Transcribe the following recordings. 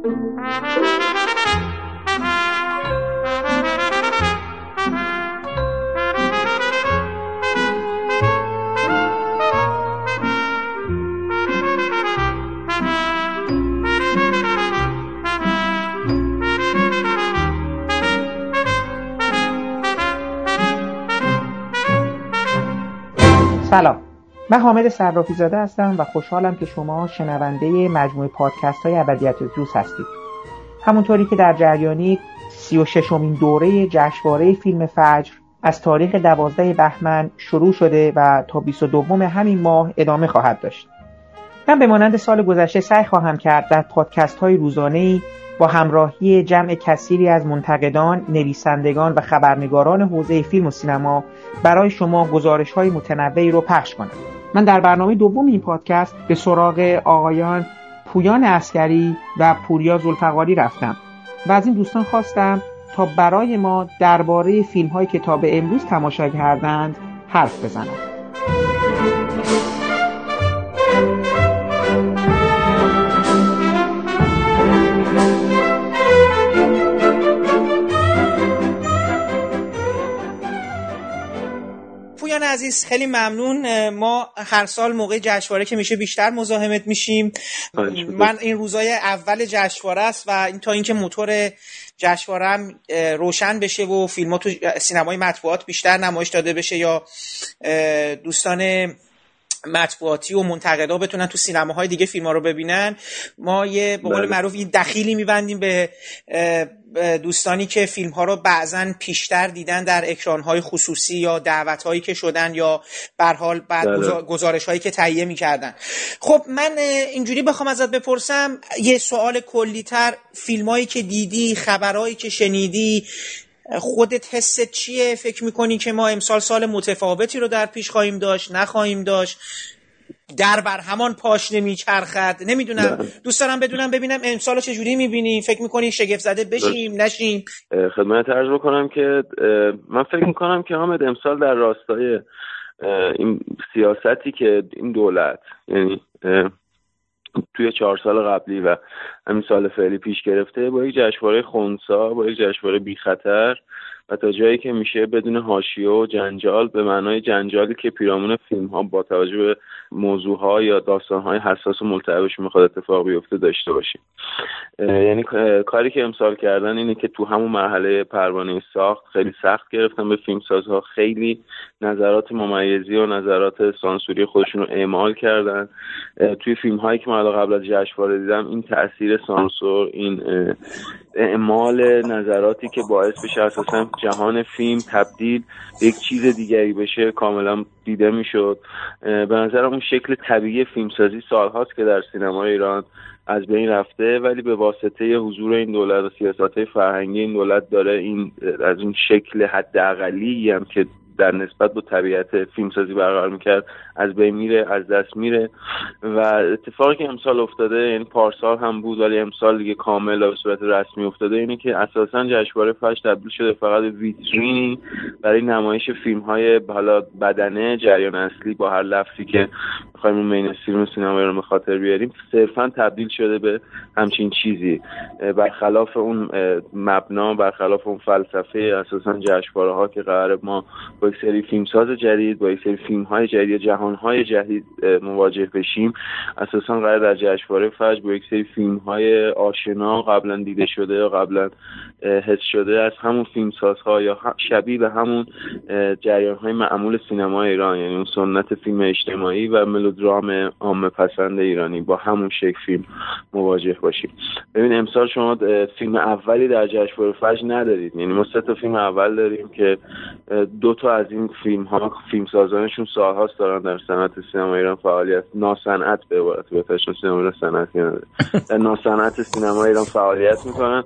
سلام، من حامد صرافی زاده هستم و خوشحالم که شما شنونده مجموعه پادکست های ابدیت روز هستید. همونطوری که در جریانی 36مین دوره جشنواره فیلم فجر از تاریخ 12 بهمن شروع شده و تا 22 همین ماه ادامه خواهد داشت. من به مانند سال گذشته سعی خواهم کرد در پادکست های روزانه‌ای با همراهی جمع کثیری از منتقدان، نویسندگان و خبرنگاران حوزه فیلم و سینما برای شما گزارش‌های متنوعی رو پخش کنم. من در برنامه دوم این پادکست به سراغ آقایان پویان عسکری و پوریا ذوالفقاری رفتم و از این دوستان خواستم تا برای ما درباره فیلم‌هایی که تا به امروز تماشا کردند حرف بزنند. پویان عزیز خیلی ممنون. ما هر سال موقع جشنواره که میشه بیشتر مزاحمت میشیم. من این روزای اول جشنواره است و این تا اینکه موتور جشنواره هم روشن بشه و فیلم‌ها تو سینمای مطبوعات بیشتر نمایش داده بشه یا دوستان مطبوعاتی و منتقدا بتونن تو سینماهای دیگه فیلم‌ها رو ببینن، ما یه به قول معروف یه دخیلی می‌بندیم به دوستانی که فیلم‌ها رو بعضن پیشتر دیدن در اکران‌های خصوصی یا دعوت‌هایی که شدن یا به هر حال بعد گزارش‌هایی که تهیه می‌کردن. خب من اینجوری بخوام ازت بپرسم یه سوال کلی‌تر، فیلم‌هایی که دیدی، خبرایی که شنیدی، خودت حست چیه؟ فکر میکنی که ما امسال سال متفاوتی رو در پیش خواهیم داشت، نخواهیم داشت، در بر همان پاشنه میچرخد؟ نمیدونم، دوست دارم بدونم ببینم امسال رو چجوری میبینی؟ فکر میکنی شگفت زده بشیم نشیم؟ خدمت عرض بکنم که من فکر میکنم که حامد امسال در راستای این سیاستی که این دولت یعنی توی 4 سال قبلی و همین سال فعلی پیش گرفته، با یک جشنواره خنثی، با یک جشنواره بی خطر و تا جایی که میشه بدون حاشیه و جنجال، به معنای جنجالی که پیرامون فیلم ها با توجه به موضوع ها یا داستان های حساس و ملتهبش میخواد اتفاق بیفته داشته باشیم. یعنی کاری که امسال کردن اینه که تو همون مرحله پروانه ساخت خیلی سخت گرفتن به فیلمسازها، خیلی نظرات ممیزی و نظرات سانسوری خودشون رو اعمال کردن. توی فیلم هایی که من قبل از جشنواره دیدم این تأثیر سانسور، این اعمال نظراتی که باعث بشه اساسا جهان فیلم تبدیل به یک چیز دیگری بشه کاملا دیده میشد. به نظرم اون شکل طبیعی فیلمسازی سالهاست که در سینمای ایران از بین رفته، ولی به واسطه حضور این دولت و سیاست‌های فرهنگی این دولت داره این از اون شکل حداقلی هم که در نسبت به طبیعت فیلمسازی برقرار میکرد از بین میره، از دست میره. و اتفاقی که امسال افتاده، یعنی پارسال هم بود ولی امسال دیگه کامل به صورت رسمی افتاده، اینه که اساساً جشنواره فجر تبدیل شده فقط ویترینی برای نمایش فیلم‌های حالا بدنه جریان اصلی با هر لفظی که می‌خوایم اون مینستریم سینما رو به خاطر بیاریم، صرفاً تبدیل شده به همچین چیزی، برخلاف اون مبنا، برخلاف اون فلسفه اساساً جشنواره‌ها که قراره ما با یک سری فیلمساز جدید، با یک سری فیلم‌های جدید، جهان‌های جدید مواجه بشیم. اساساً قرار در جشنواره فجر با یک سری فیلم‌های آشنا، قبلا دیده شده یا قبلا حس شده از همون فیلمسازها یا شبیه به همون جریان‌های معمول سینما ایران، یعنی اون سنت فیلم اجتماعی و ملودرام عامه پسند ایرانی، با همون شکل فیلم مواجه باشیم. ببین امسال شما فیلم اولی در جشنواره فجر ندارید، یعنی ما 3 تا فیلم اول داریم که 2 تا از این فیلم‌ها فیلمسازانشون سال‌هاست دارن در صنعت سینما ایران فعالیت، ناصنعت به عبارت بهتر، چون سینما ایران صنعتی نداره، در ناصنعت سینما ایران فعالیت میکنن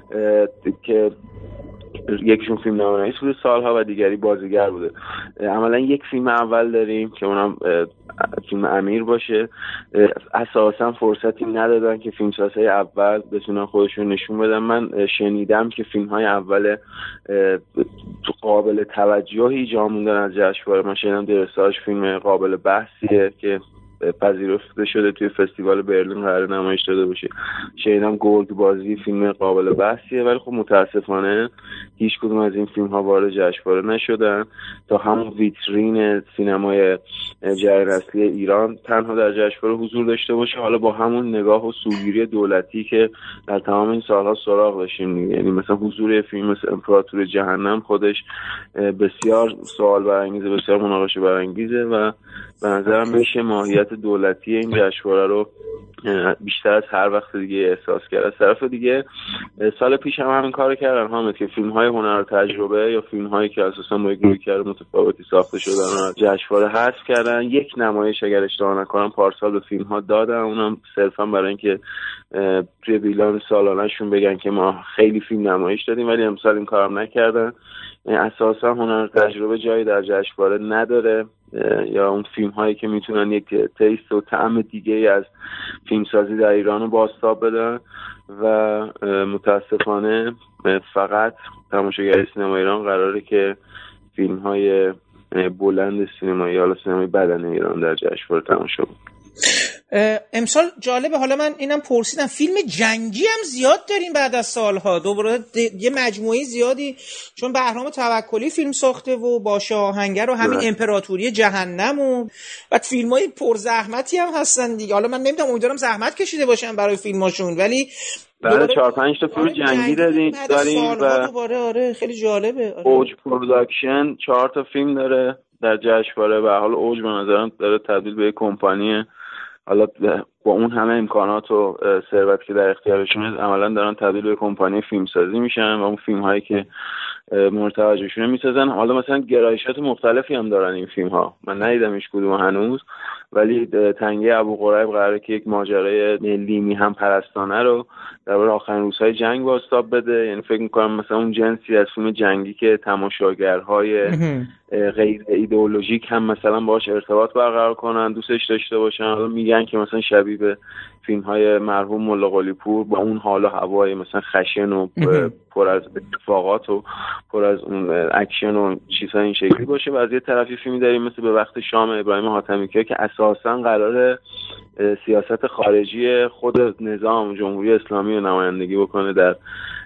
که یکیشون فیلم نمایش بوده سالها و دیگری بازیگر بوده. عملا یک فیلم اول داریم که اونم فیلم امیر باشه. اساسا فرصتی ندادن که فیلمسازهای اول بتونن خودشون نشون بدن. من شنیدم که فیلم‌های اول قابل توجهی جا موندن از جشنواره. من شنیدم درساج فیلم قابل بحثیه که پذیرفته شده توی فستیوال برلین قرار نمایش داده باشه. شنیدم گلد بازی فیلم قابل بحثیه، ولی خب متاسفانه هیچ کدوم از این فیلم ها وارد جشنواره نشدن. تا همون ویترین سینمای جریان اصلی ایران تنها در جشنواره حضور داشته باشه، حالا با همون نگاه و سوگیری دولتی که در تمام این سالها سراغ داشتیم. یعنی مثلا حضور فیلم مثل امپراتور جهنم خودش بسیار سوال برانگیزه، بسیار مناقشه برانگیزه و به نظرم میشه ماهیت دولتی این جشنواره رو بیشتر از هر وقت دیگه احساس کرد. از طرف دیگه سال پیش هم همین کارو کردن حامد که فیلم‌های هنر و تجربه یا فیلم‌هایی که اساسا با یک رویکرد متفاوتی ساخته شدن رو جشنواره حذف کردن. یک نمایش اگر اشتباه نکنم پارسال به فیلم‌ها دادن، اونم صرفا برای اینکه توی بیلان سالانه‌شون بگن که ما خیلی فیلم نمایش دادیم، ولی امسال این کارم نکردن. اساسا هنر و تجربه جایی در جشنواره نداره، یا اون فیلم هایی که میتونن یک تیست و طعم دیگه از فیلمسازی در ایران رو بازتاب بدن و متاسفانه فقط تماشاگر سینما ایران قراره که فیلم های بلند سینمایی، حالا سینمای بدن ایران در جشنواره تماشا کنه. امسال جالبه، حالا من اینم پرسیدم، فیلم جنگی هم زیاد داریم بعد از سالها، دوباره یه مجموعه زیادی، چون بهرام توکلی فیلم ساخته و باشه آهنگر و همین امپراتوری جهنم و بعد فیلمای پرزحمتی هم هستن دیگه. حالا من نمیدونم، امیدوارم زحمت کشیده باشن برای فیلماشون، ولی بعد 4-5 تا فیلم جنگی داریم و دوباره آره خیلی جالبه. اوج پروداکشن 4 تا فیلم داره در جشنواره و حالا اوج به نظرم داره تبدیل به یک کمپانی، حالا با اون همه امکانات و ثروت که در اختیارشونه عملا دارن تبدیل به کمپانی فیلمسازی میشن و اون فیلم هایی که مورد توجهشونه میسازن. حالا مثلا گرایشات مختلفی هم دارن این فیلم ها، من ندیدم هیچ کدوم هنوز، ولی تنگه ابوقریب قراره که یک ماجرای ملی میهم پرستانه رو درباره آخرین روزهای جنگ بازتاب بده. یعنی فکر میکنم مثلا اون جنسی از فیلم جنگی که تماشاگرهای غیر ایدئولوژیک هم مثلا باهاش ارتباط برقرار کنن، دوستش داشته باشن. حالا میگن که مثلا شبیه به فیلم‌های مرحوم ملا قلی‌پور با اون حال و هوای مثلا خشن و پر از اتفاقات و پر از اون اکشن و چیزهای این شکلی باشه. و از یه طرفی فیلمی داریم مثل به وقت شام ابراهیم حاتمی‌کیا که اساساً قراره سیاست خارجی خود نظام جمهوری اسلامی رو نمایندگی بکنه در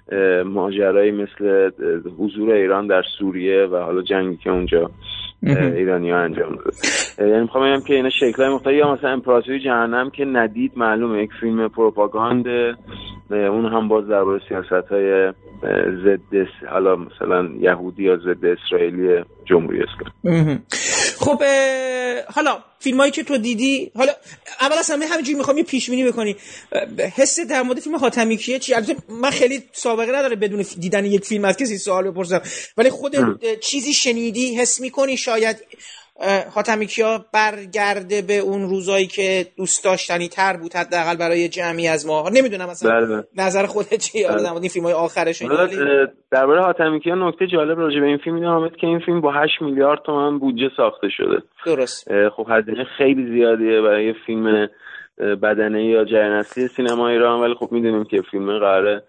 ماجرایی مثل حضور ایران در سوریه و حالا جنگی که اونجا ایرانی‌ها انجام دادن. یعنی میخوام بگم که اینا شکل‌های مختلفی، یا مثلا امپراتوری جهنم که ندید معلومه یک فیلم پروپاگانده، اون هم باز درباره سیاست‌های ضد حالا مثلا یهودی یا ضد اسرائیلی جمهوری اسلامی. خب حالا فیلمایی که تو دیدی، حالا اول از همه همینجوری میخوام یه پیش بینی بکنی، حس در مورد فیلم حاتمی‌کیا چی؟ البته من خیلی سابقه نداره بدون دیدن یک فیلم از کسی سوال بپرسم، ولی خود چیزی شنیدی، حس میکنی شاید حاتمی‌کیا برگرده به اون روزایی که دوست داشتنی تر بود حداقل برای جمعی از ما؟ نمیدونم مثلا نظر خودت چیه در مورد این فیلم‌های آخرش؟ درباره حاتمی‌کیا نکته جالب راجع به این فیلم اینه که این فیلم با 8 میلیارد تومان بودجه ساخته شده. درست. خب هزینه خیلی زیادیه برای یه فیلم بدنه‌ای یا جریان اصلی سینما ایران، ولی خب میدونیم که فیلم قراره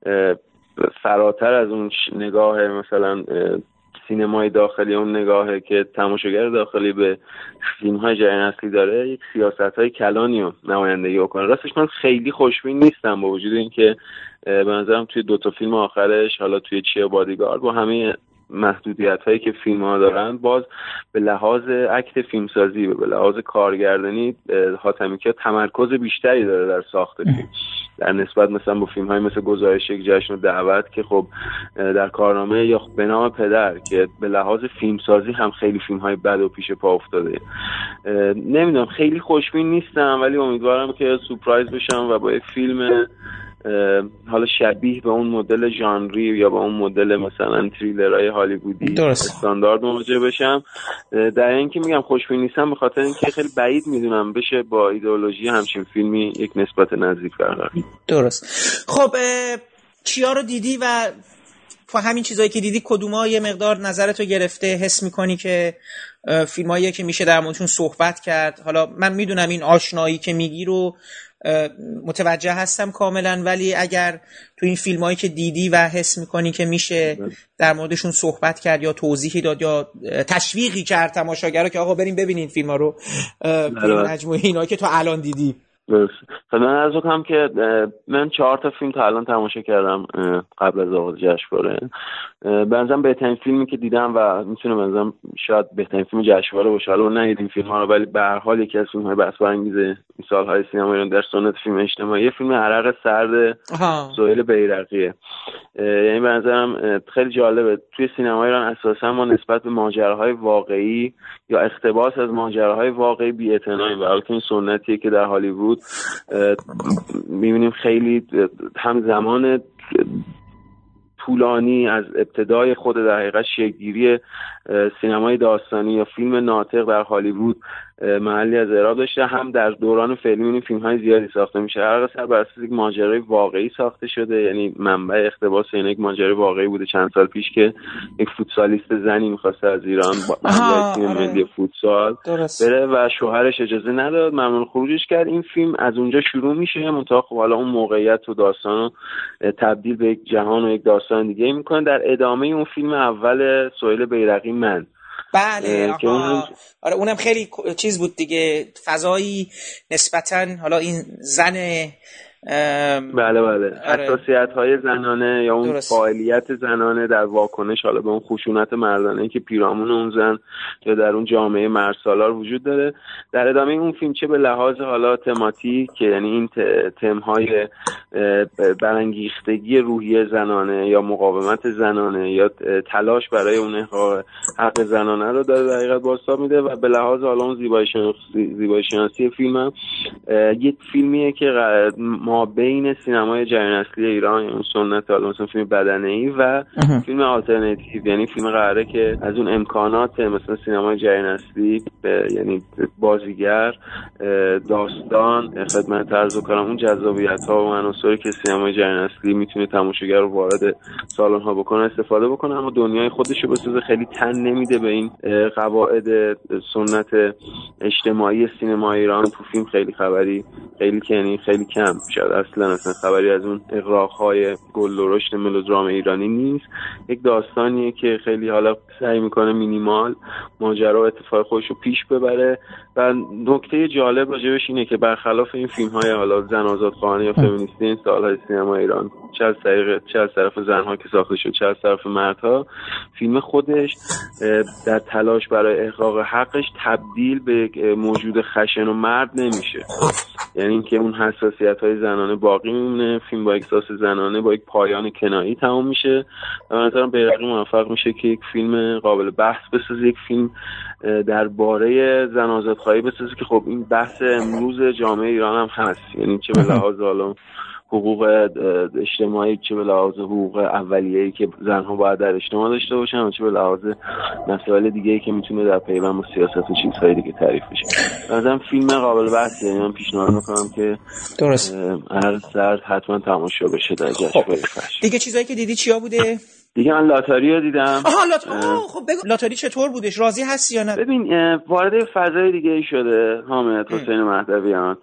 فراتر از اون نگاه مثلا سینمای داخلی، اون نگاهی که تماشاگر داخلی به فیلم‌های جریان اصلی داره، یک سیاست‌های کلانی رو نمایندگی بکنه. راستش من خیلی خوشبین نیستم با وجود اینکه به نظرم توی 2 تا فیلم آخرش، حالا توی چیه بادیگارد، با همه محدودیت‌هایی که فیلم‌ها دارن، باز به لحاظ اکت فیلمسازی و به لحاظ کارگردانی حاتمی‌کیا تمرکز بیشتری داره در ساخت فیلم در نسبت مثلا با فیلم‌های مثل گزارش یک جشن و دعوت که خب در کارنامه یا به نام پدر که به لحاظ فیلمسازی هم خیلی فیلم‌های بد و پیش پا افتاده. نمیدونم، خیلی خوشبین نیستم، ولی امیدوارم که سورپرایز بشم و با یک فیلم حالا شبیه به اون مدل ژانری یا به اون مدل مثلا تریلرهای هالیوودی استاندارد مواجه بشم. در این که میگم خوشبین نیستم به خاطر اینکه خیلی بعید میدونم بشه با ایدئولوژی همچین فیلمی یک نسبت نزدیک برقرار. درست. خب چیا رو دیدی و همین چیزایی که دیدی کدوما یه مقدار نظرتو گرفته، حس میکنی که فیلمایی که میشه در موردشون صحبت کرد؟ حالا من میدونم این آشنایی که میگی رو متوجه هستم کاملا، ولی اگر تو این فیلمایی که دیدی و حس میکنی که میشه در موردشون صحبت کرد یا توضیحی داد یا تشویقی کرد تماشاگرها که آقا بریم ببینین فیلما رو، مجموعه اینا که تو الان دیدی. درست. من عرض کنم که من 4 تا فیلم تا الان تماشا کردم قبل از آغاز جشنواره. بنظرم بهترین فیلمی که دیدم و میتونه بنظرم شاید بهترین فیلم جشنواره باشه. حالا ندیدیم فیلم ها رو، ولی به هر حال یکی از فیلم های بحث برانگیز این سالهای سینما ایران در سنت فیلم اجتماعی فیلم عرق سرد سهیل بیرقیه. یعنی به نظرم خیلی جالبه توی سینما ایران اساسا ما نسبت به ماجراهای واقعی یا اقتباس از ماجراهای واقعی بی‌اعتناییم، و البته این سنتیه که در هالیوود می‌بینیم خیلی هم زمان طولانی از ابتدای خود در حقیقت شکل‌گیری سینمای داستانی یا فیلم ناطق در هالیوود محلی از اعراب داشته، هم در دوران فیلمی این فیلم‌های زیادی ساخته میشه. عرق سر بر اساس یک ماجرای واقعی ساخته شده، یعنی منبع اقتباس این یک ماجرای واقعی بوده چند سال پیش که یک فوتسالیست زنی می‌خواسته از ایران با تیم ملی فوتسال بره و شوهرش اجازه نداد، ممنوع خروجش کرد. این فیلم از اونجا شروع میشه، منتها خب حالا اون موقعیت و داستانو تبدیل به یک جهان و یک داستان دیگه می‌کنه. در ادامه اون فیلم اول سهیل بیرقی من بله آره اونم خیلی چیز بود دیگه، فضایی نسبتاً حالا این زن بله حساسیت‌های زنانه یا اون فاعلیت زنانه در واکنش حالا به اون خشونت مردانه که پیرامون اون زن یا در اون جامعه مردسالار وجود داره. در ادامه اون فیلم چه به لحاظ حالا تماتیک که یعنی این تم‌های برانگیختگی روحیه زنانه یا مقاومت زنانه یا تلاش برای اون احقاق حق زنانه رو داره در حقیقت بازتاب میده، و به لحاظ حالا اون زیبایی شناسی فیلم هم یک فیلمیه که ما بین سینمای جریان اصلی ایران یعنی سنت حالا مثلا فیلم بدنه‌ای و فیلم آلترناتیو، یعنی فیلم قراره که از اون امکانات مثلا سینمای جریان اصلی یعنی بازیگر، داستان، خدمت عرض کنم اون جذابیت‌ها و عناصری که سینمای جریان اصلی میتونه تماشاگر رو وارد سالن‌ها بکنه استفاده بکنه، اما دنیای خودش رو بسازه. خیلی تن نمیده به این قواعد سنت اجتماعی سینما ایران. تو فیلم خیلی خبری خیلی کم شد، اصلا خبری از اون اغراق‌های گل و رشد ملودرام ایرانی نیست. یک داستانیه که خیلی حالا سعی میکنه مینیمال ماجرا و اتفاق خودش رو پیش ببره، و نکته جالب راجبش اینه که برخلاف این فیلم‌های حالا زن آزادخواهانه یا فمینیستی این سال‌های سینما ایران، چه از طرف زنها که ساخته شد چه از طرف مردها، فیلم خودش در تلاش برای احقاق حقش تبدیل به موجود خشن و مرد نمیشه. یعنی اینکه اون حساسیت‌های زنانه باقی میمونه، فیلم با احساس زنانه با یک پایان کنایی تمام میشه و مثلا بیرقی موفق میشه که یک فیلم قابل بحث بسازه، یک فیلم درباره زن آزادخواهی بسازه که خب این بحث امروز جامعه ایران هم هست، یعنی چه به لحاظ حالا حقوق اجتماعی، چه به لحاظ حقوق اولیه‌ای که زنها باید در اجتماع داشته باشن، و چه به لحاظ مسائل دیگه‌ای که میتونه در پیوند با سیاست و چیزهای دیگه تعریف بشه. مثلا فیلم قابل بحثه، من پیشنهاد می‌کنم که هر سرد حتما تماشا بشه در جشنواره فجر. دیگه چیزایی که دیدی چیا بوده؟ دیگه من لاتاری رو دیدم. خب بگو لاتاری چطور بودش؟ راضی هستی یا نه؟ ببین وارد فضای دیگه‌ای شده حامد حسین مهدویان.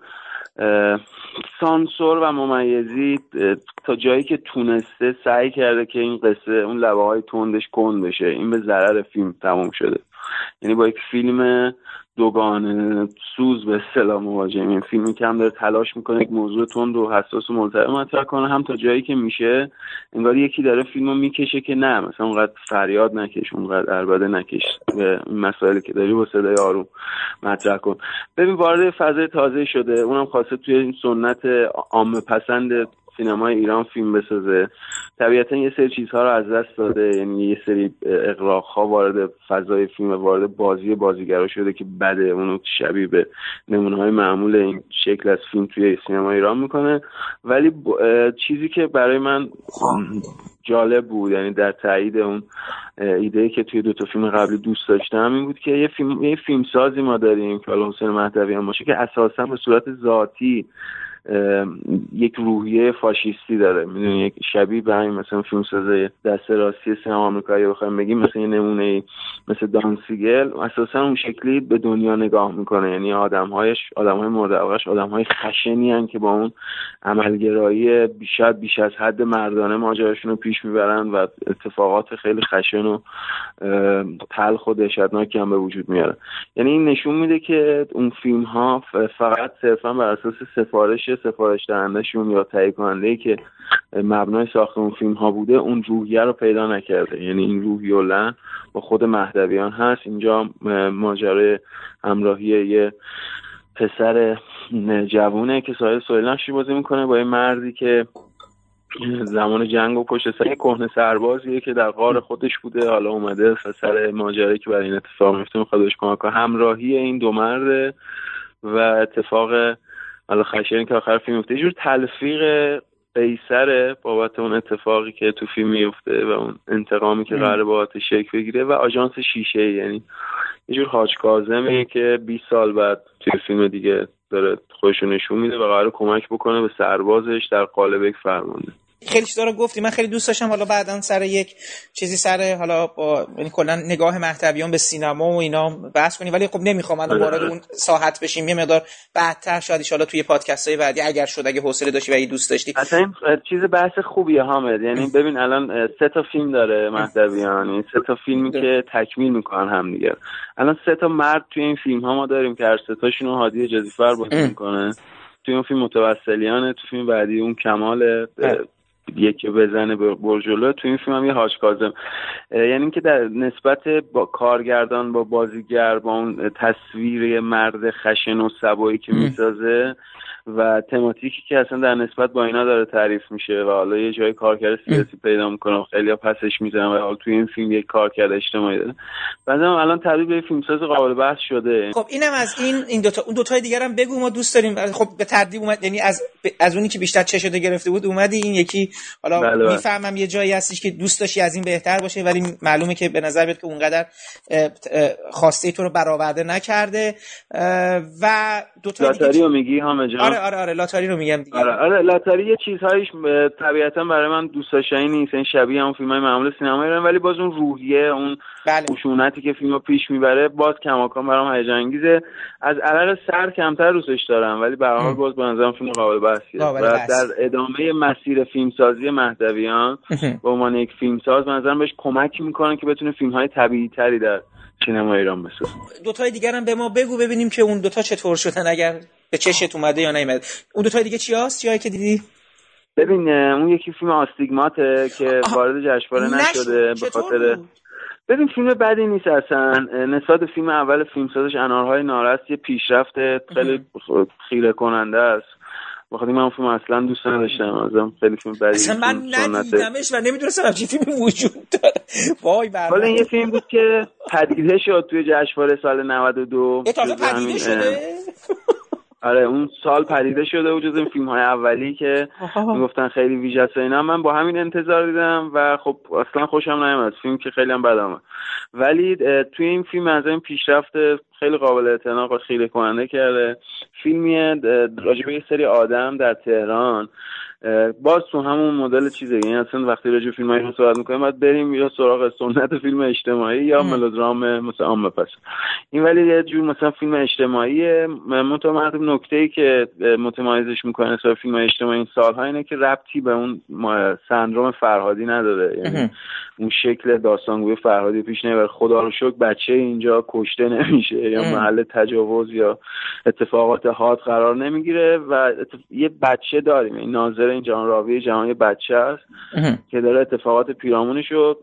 سانسور و ممیزی تا جایی که تونسته سعی کرده که این قصه اون لبه‌های تندش کند بشه. این به ضرر فیلم تموم شده. یعنی با یک فیلم دوگانه سوز به اصطلاح مواجهیم. این فیلمی که هم داره تلاش میکنه یک موضوع تند و حساس و ملتهب مطرح کنه، هم تا جایی که میشه انگار یکی داره فیلمو میکشه که نه مثلا اونقدر فریاد نکش، اونقدر عربده نکش، به این مسائلی که داری با صدای آروم مطرح کن. ببین وارد فضای تازه شده، اونم خواسته توی این سنت عامه پسند سینمای ایران فیلم بسازه. طبیعتا یه سری چیزها رو از دست داده، یعنی یه سری اغراق‌ها وارد فضای فیلم و وارد بازی بازیگرا شده که بده، اونو شبیه به نمونه‌های معمول این شکل از فیلم توی سینما ایران میکنه. ولی چیزی که برای من جالب بود، یعنی در تایید اون ایده‌ای که توی دو تا فیلم قبلی دوست داشتم، این بود که یه فیلمسازی ما داریم که حالا حسین مهدویان باشه که اساساً به صورت ذاتی یک روحیه فاشیستی داره، میدونی، یک شبیه به همین مثلا فیلمساز دست راستی سینما آمریکایی بخوایم بگیم، مثلا یه نمونه مثل دانسیگل اساسا اون شکلی به دنیا نگاه میکنه، یعنی آدم‌های مورد علاقه‌اش آدم‌های خشنی ان که با اون عملگرایی بیش از حد مردانه ماجراشون رو پیش میبرن و اتفاقات خیلی خشن و تلخ و دهشتناکی هم به وجود میاره. یعنی این نشون میده که اون فیلم ها فقط صرفا بر اساس سفارش دهندهشون یا تهیه کننده‌ای که مبنای ساخت اون فیلم ها بوده اون روحیه رو پیدا نکرده. یعنی این روحیه لن با خود مهدویان هست. اینجا ماجرای همراهی یه پسر جوونه که ساحل سویلنشی بازی میکنه با یه مردی که زمان جنگ و پشت سر کهنه سربازیه که در غار خودش بوده، حالا اومده سر ماجرایی که برای این اتفاق میفته میخواد بهش کمک کنه. همراهی این دو مرد و اتفاق حالا خشنی که آخر فیلم میفته، یه جور تلفیق قیصر بابت اون اتفاقی که تو فیلم میفته و اون انتقامی که قراره باهاش شکل بگیره، و آژانس شیشه، یعنی یه جور حاج کاظمیه که 20 سال بعد توی فیلم دیگه داره خودش رو نشون میده و قراره کمک بکنه به سربازش در قالب یک فرمانده. خیلی چیزا رو گفتی، من خیلی دوست داشتم حالا بعداً سر یک چیزی سر حالا با یعنی کلا نگاه مهدویان به سینما و اینا بحث کنیم، ولی خب نمیخوام الان وارد اون ساحت بشیم. یه مقدار بعدتر شاید ان شاءالله توی پادکست‌های بعدی اگر شد، اگه حوصله داشتی و اگه دوست داشتی. اصلا این چیز بحث خوبیه حامد. یعنی ببین الان 3 تا فیلم داره مهدویان، این 3 تا فیلمی که تکمیل میکنن هم دیگه. الان 3 تا مرد توی این فیلم ها ما داریم که هر 3 تاشون رو هادی جزیفر بازی میکنه. توی اون فیلم متوسلیانه، تو فیلم بعدی اون کمال یکی بزنه به برجلو، تو این فیلم هم یه حاج کاظم. یعنی اینکه در نسبت با کارگردان با بازیگر با اون تصویر مرد خشن و سبایی که میسازه و تماتیکی که اصلا در نسبت با اینا داره تعریف میشه و حالا یه جای کارکرد سیاسی پیدا میکنه و خیلی‌ها پسش میزنن و حالا توی این فیلم یک کارکرد اجتماعی داره. بعدم الان تبدیل به فیلمساز قابل بحث شده. خب اینم از این دو تا، اون دو تای دیگه هم بگو، ما دوست داریم. خب به ترتیب اومد، یعنی از اونی که بیشتر چشتو گرفته بود اومدی این یکی. حالا میفهمم یه جایی هستش که دوست داشتی از این بهتر باشه، ولی معلومه که به نظر میاد که اونقدر خواسته تو رو برآورده نکرده. و دو تا لاتاری رو میگی حامد جان؟ آره لاتاری رو میگم دیگه. آره لاتاری یه چیزهایش طبیعتا برای من دوست داشتنی نیست، این شبیه اون فیلمای معمول سینمایی داره، ولی باز اون روحیه، اون خشونتی که فیلمو پیش میبره باز کماکان برام هیجان انگیزه. از عرق سر کمتر دوستش دارم، ولی به هر حال باز به نظرم فیلم قابل بحثیه. و در ادامه مسیر فیلمسازی مهدویان به عنوان یک فیلمساز به نظرم بهش کمک میکنه که بتونه فیلم‌های طبیعی‌تری در سینما ایران بسازه. دو تای دیگه هم به ما بگو ببینیم که اون دو تا چطور شدن، اگر به چشت اومده یا نیومده. اون دو تای دیگه چیایی که دیدی؟ ببین اون یکی فیلم آستیگماته که وارد جشنواره نشده به خاطر ببین فیلم بدی نیست اصلا. نسبت به فیلم اول فیلمسازش انارهای نارست یه پیشرفت خیلی خیره کننده است. بخاطر من اون فیلم اصلا دوست نداشتم، ازم خیلی فیلم بدی اصلا من ندیدمش و نمیدونستم همچین فیلمی وجود داره. وای حالا این یه فیلم بود که پدیده شد توی جشنواره سال 92. تازه پدیده شده؟ آره اون سال پدیده شده و جز این فیلم‌های اولی که میگفتن خیلی ویژه است اینا، من با همین انتظار دیدم و خب اصلا خوشم نیومد فیلم که خیلی هم بد آمد. ولی توی این فیلم از این پیشرفت خیلی قابل اعتنا و خیره کننده کرده. فیلمیه راجع به یه سری آدم در تهران، باز تو همون مدل چیزه. یعنی اصلا وقتی راجع به فیلمایی رو صحبت می‌کنیم باید بریم یا سراغ سنت فیلم اجتماعی یا ملودرام مثلا عامه. پس این ولی یه جور مثلا فیلم اجتماعیه. متأسفانه نکته‌ای که متمایزش می‌کنه از فیلم اجتماعی این سال‌ها اینه که ربطی به اون سندروم فرهادی نداره. یعنی اون شکل داستانگویی فرهادی پیش نمیبره. خدا رو شکر بچه اینجا کشته نمیشه یا محل تجاوز یا اتفاقات حاد قرار نمیگیره و یه بچه داریم، این ناظر این جهان راوی جهان یه بچه است که داره اتفاقات پیرامونش رو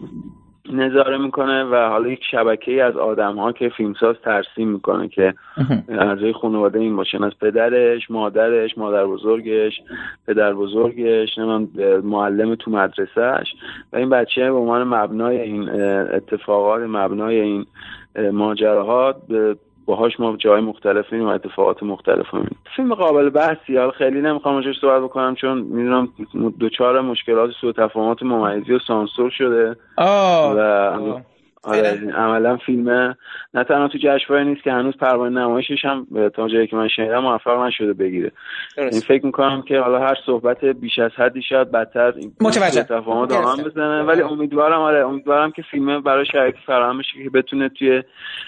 نظاره میکنه و حالا یک شبکه‌ای از آدم‌ها که فیلمساز ترسیم میکنه که اعضای خانواده این باشن، از پدرش، مادرش، مادر بزرگش، پدر بزرگش، معلم تو مدرسهش و این بچه به عنوان مبنای این اتفاقات، مبنای این ماجراها باهاش ما جای مختلف می‌بینیم و اتفاقات مختلف می‌بینیم. فیلم قابل بحثی، حالا خیلی نمیخوام راجعش صحبت بکنم چون میدونم دوچار مشکلات سوء تفاهمات ممیزی و سانسور شده عملا فیلم نه تنها تو جشنواره نیست که هنوز پروانه نمایشش هم تا جایی که من شنیدم موفق نشده بگیره. این فکر میکنم که حالا هر صحبت بیش از حدی شاید بدتر تفاهم دامن بزنه، ولی امیدوارم که فیلم برای شرایطی فراهم بشه که بتونه توی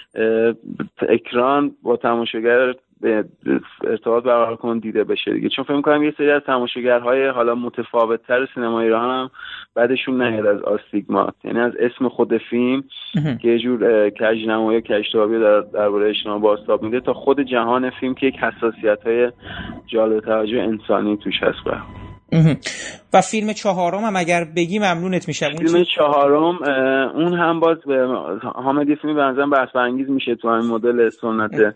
اکران با تماشاگر به ارتباط برقرار کنه، دیده بشه دیگه. چون فکر می‌کنم یه سری از تماشاگرهای حالا متفاوت‌تر سینما ایران هم بعدشون نمیاد از آستیگمات، یعنی از اسم خود فیلم که یه جور کجنمایی و کجتابی درباره اجتماع بازتاب میده تا خود جهان فیلم که یک حساسیت‌های جالب توجه انسانی توش هست. و فیلم چهارم هم اگر بگی ممنونت میشم. فیلم چهارم اون هم باز حامد فیلمی به نظرم بحث برانگیز میشه تو همین مدل سنت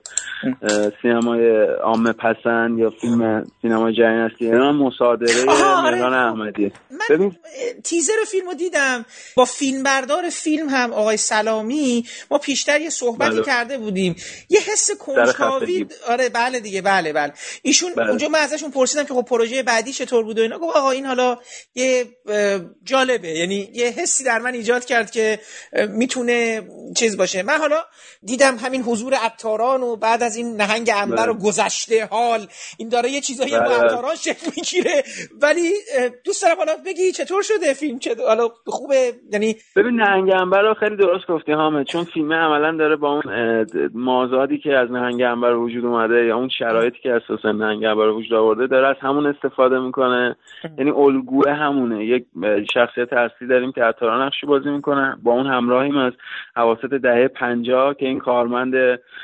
سینمای عامه پسند یا فیلم سینمای جریان اصلی ایران، مصادره مهران احمدی. ببین تیزر فیلمو دیدم با فیلمبردار فیلم هم آقای سلامی، ما پیشتر یه صحبتی کرده بودیم، یه حس کنجکاوی. آره بله دیگه، بله ایشون اونجا من ازشون پرسیدم که خب پروژه بعدی چطور بود و اینا، گفت آقا این حالا یه جالبه، یعنی یه حسی در من ایجاد کرد که میتونه چیز باشه. من حالا دیدم همین حضور عطاران و بعد از این نهنگ عنبر و گذشته حال این داره یه چیزایی با عطاران شکل میگیره، ولی دوست دارم حالا بگی چطور شده فیلم، حالا خوبه؟ یعنی ببین نهنگ عنبر رو خیلی درست گفتی حامد، چون فیلم عملا داره با اون مازادی که از نهنگ عنبر وجود اومده یا اون شرایطی که اساسا نهنگ عنبر وجود آورده داره از همون استفاده میکنه، یعنی الگوی همونه. یک شخصیت اصلی داریم که عطاران نقشی بازی میکنه، با اون همراهیم از اواسط دهه 50 که این کارمند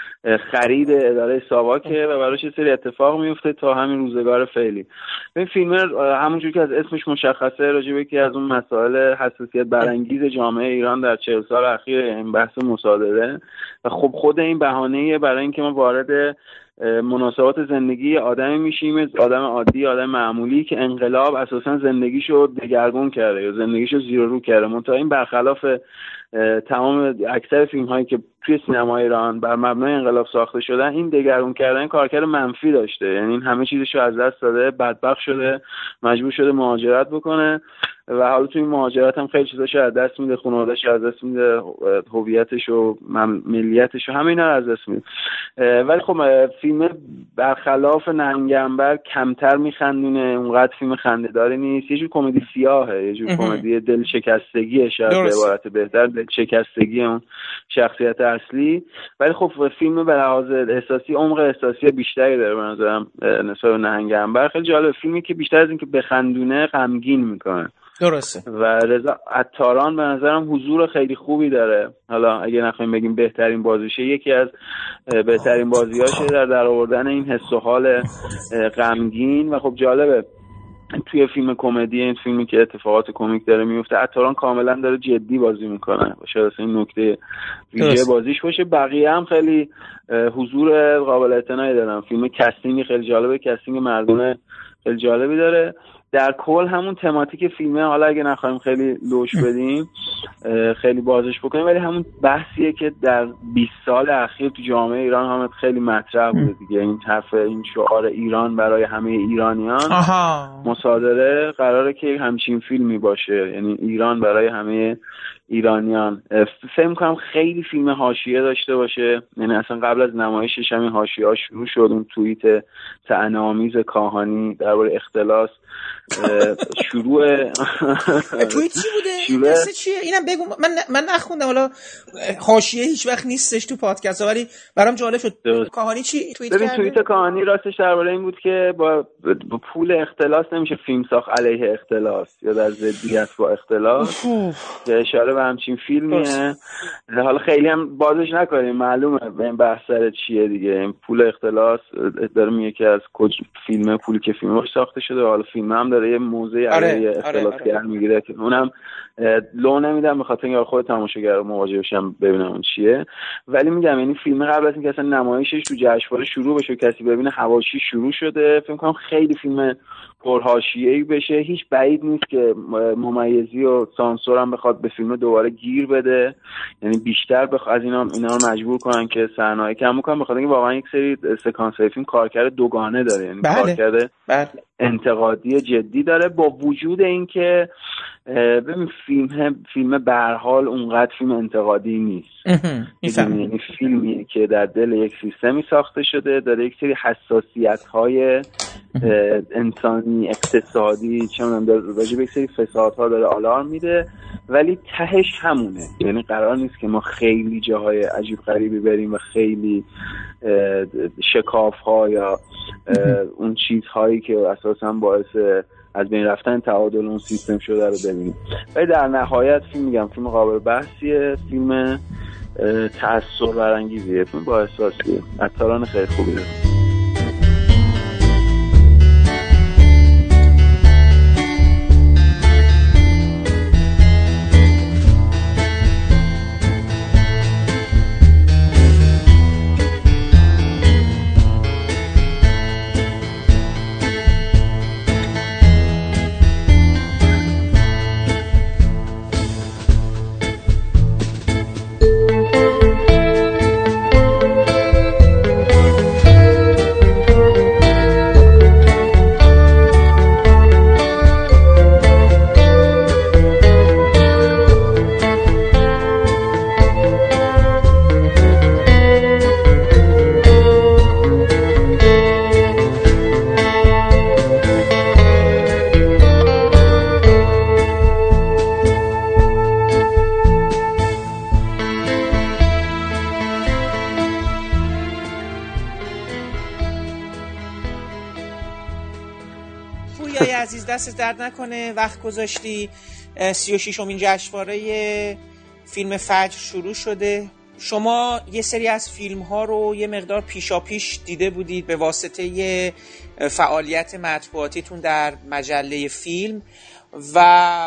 خرید اداره ساواکه و براش یه سری اتفاق میفته تا همین روزگار فعلی. این فیلم همونجوری که از اسمش مشخصه راجع به یکی از اون مسائل حساسیت برانگیز جامعه ایران در 40 سال اخیر این بحث مصادره و خب خود این بهانه‌ایه برای اینکه ما وارد مناسبات زندگی آدمی میشیم، آدم عادی، آدم معمولی که انقلاب اساسا زندگیشو دگرگون کرده یا زندگیشو زیر و رو کرده. منتها این برخلاف تمام اکثر فیلم هایی که توی سینما ایران بر مبنای انقلاب ساخته شدن، این دگرگون کردن کارکرد منفی داشته، یعنی این همه چیزشو از دست داده، بدبخت شده، مجبور شده مهاجرت بکنه و حالا توی این مهاجرت هم خیلی چیزاشو از دست میده، خانواده‌اش از دست میده، هویتش و ملیتش و همه اینا از دست میده. ولی خب فیلم برخلاف نهنگ عنبر کمتر میخندونه، اونقدر فیلم خنده‌داری نیست، یه جور کمدی سیاهه، یه جور کمدی دلشکستگی، شاید به عبارت بهتر دلشکستگی اون شخصیت اصلی. ولی خب فیلم به لحاظ احساسی عمق احساسی بیشتری داره به نظرم نسبت به نهنگ عنبر. خیلی جالب، فیلمی که بیشتر از این که بخندونه غمگین میکنه. درسته. و رضا عطاران به نظرم حضور خیلی خوبی داره، حالا اگه نخوایم بگیم بهترین بازیشه، یکی از بهترین بازیاشه در آوردن این حس و حال غمگین. و خب جالبه توی فیلم کمدی، این فیلمی که اتفاقات کمیک داره میفته، عطاران کاملا داره جدی بازی میکنه، شاید این نکته ویژه بازیش باشه. بقیه هم خیلی حضور قابل اعتنایی دارن. فیلم کاستینگ خیلی جالبه، کاستینگ مردونه خیلی جالبی داره. در کل همون تماتیک فیلمه، حالا اگه نخوایم خیلی لوش بدیم، خیلی بازش بکنیم، ولی همون بحثیه که در 20 سال اخیر تو جامعه ایران هم خیلی مطرح بوده دیگه، این طرف، این شعار ایران برای همه ایرانیان. مصادره قراره که همچین فیلمی باشه، یعنی ایران برای همه ایرانیان. فکر می‌کنم خیلی فیلم حاشیه داشته باشه، یعنی اصلا قبل از نمایشش همین حاشیه‌ها شروع شد، اون توییت طعنه‌آمیز کاهانی درباره اختلاس شروع توییت چی بوده؟ این چیه؟ اینم بگو، من نخوندم، حالا حاشیه هیچ وقت نیستش تو پادکست، ولی برام جالب شد. کاهانی چی توییت کرد؟ توییت کاهانی راستش درباره این بود که با پول اختلاس نمیشه فیلم ساخت علیه اختلاس یا در ضدیت با اختلاس، اشاره به همچین فیلمیه. حالا خیلی هم بازش نکنیم، معلومه به این بحث سر چیه دیگه. این پول اختلاس داره میگه که از فیلم پولی که فیلم باش ساخته شده، حالا فیلم هم داره یه موضوع علیه اختلاسگر میگیره که اونم لو نمیدم به خاطر اینکه خود تماشاگر رو مواجه بشم ببینم اون چیه. ولی میگم یعنی فیلم قبل از اینکه اصلا نمایشش تو جشنواره شروع بشه کسی ببینه، حواشی شروع شده. فکر کنم خیلی فیلم پرحاشیه‌ای بشه. هیچ بعید نیست که ممیزی و سانسور هم بخواد به فیلم دوباره گیر بده، یعنی بیشتر از اینا رو مجبور کنن که صحنه‌ای کم بکنن، بخاطر اینکه واقعا یک سری سکانس‌های فیلم کارکرد دوگانه داره، یعنی کارکرد انتقادی جدی داره، با وجود اینکه ببین فیلم به هر حال اونقدر فیلم انتقادی نیست. یعنی فیلمیه که در دل یک سیستمی ساخته شده، داره یک سری حساسیت‌های انسانی، اقتصادی، چه می‌دونم، راجع به یک سری فسادها داره آلارم میده، ولی تهش همونه. یعنی قرار نیست که ما خیلی جاهای عجیب غریبی بریم و خیلی شکاف‌ها یا اون چیزهایی که اساساً باعث از بین رفتن تعادل اون سیستم شده رو ببینیم. ولی در نهایت فیلم قابل بحثیه، فیلم تأثیر برانگیزیه، فیلم با احساسیه، عطاران خیلی خوبی داره. دستت درد نکنه، وقت گذاشتی. 36مین جشنواره فیلم فجر شروع شده. شما یه سری از فیلم ها رو یه مقدار پیشاپیش دیده بودید به واسطه فعالیت مطبوعاتیتون در مجله فیلم و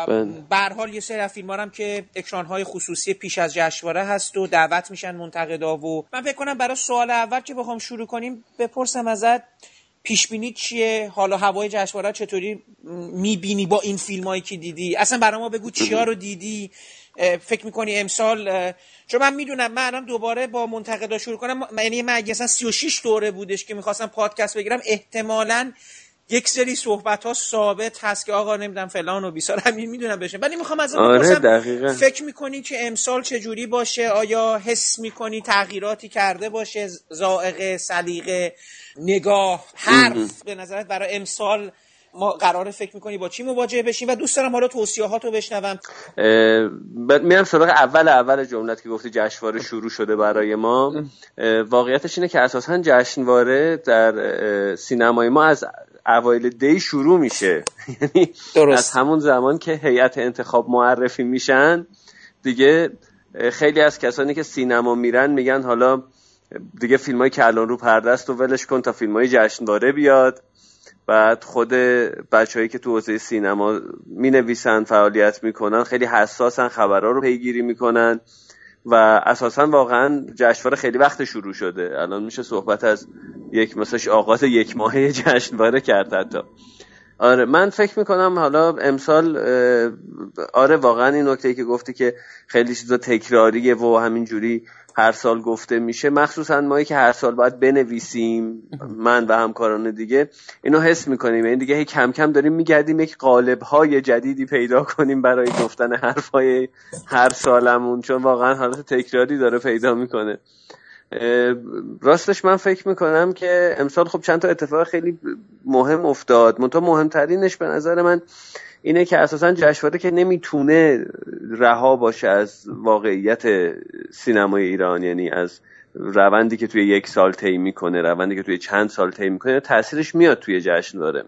به هر حال یه سری از فیلم ها هم که اکران‌های خصوصی پیش از جشنواره هست و دعوت میشن منتقدا. و من فکر کنم برای سوال اول که بخوام شروع کنیم بپرسم ازت پیش بینی چیه؟ حالا هوای جشنواره چطوری میبینی با این فیلمایی که دیدی؟ اصلا برای ما بگو چیا رو دیدی؟ فکر میکنی امسال، چون من میدونم من الان دوباره با منتقدا شروع کنم، یعنی من اگه اصلا 36 دوره بودش که میخواستم پادکست بگیرم، احتمالاً یک سری صحبت ها ثابت هست که آقا نمیدونم فلان و بیسار همین میدونم بشه، ولی میخوام از اون بپرسم فکر میکنی که امسال چجوری باشه؟ آیا حس میکنی تغییراتی کرده باشه؟ ذائقه، سلیقه، نگاه، حرف به نظرت برای امسال ما قراره فکر میکنی با چی مواجه بشیم؟ و دوست دارم حالا توصیهاتو بشنوم. میرم سراغ اول جملت که گفتی جشنواره شروع شده برای ما. واقعیتش اینه که اساساً جشنواره در سینمای ما از اوایل دی شروع میشه، یعنی از همون زمان که هیئت انتخاب معرفی میشن دیگه خیلی از کسانی که سینما میرن میگن حالا دیگه فیلمایی که الان رو پرده است و ولش کن تا فیلمای جشنواره بیاد. بعد خود بچه‌هایی که تو حوزه سینما مینویسن، فعالیت میکنن، خیلی حساسن، خبرها رو پیگیری میکنن و اساسا واقعا جشنواره خیلی وقت شروع شده. الان میشه صحبت از مثلا آغاز یک ماهه جشنواره کرد حتی. آره من فکر میکنم حالا امسال آره واقعا این نکته‌ای که گفتی که خیلی چیزا تکراریه و همینجوری هر سال گفته میشه، مخصوصا مایی که هر سال باید بنویسیم، من و همکاران دیگه اینو حس میکنیم، این دیگه کم کم داریم میگردیم یک قالب‌های جدیدی پیدا کنیم برای گفتن حرفای هر سالمون، چون واقعا حالت تکراری داره پیدا میکنه. راستش من فکر میکنم که امسال خب چند تا اتفاق خیلی مهم افتاد، منتها مهمترینش به نظر من اینه که اساساً جشنواره که نمیتونه رها باشه از واقعیت سینمای ایران، یعنی از روندی که توی یک سال طی میکنه، روندی که توی چند سال طی میکنه، تأثیرش میاد توی جشنواره.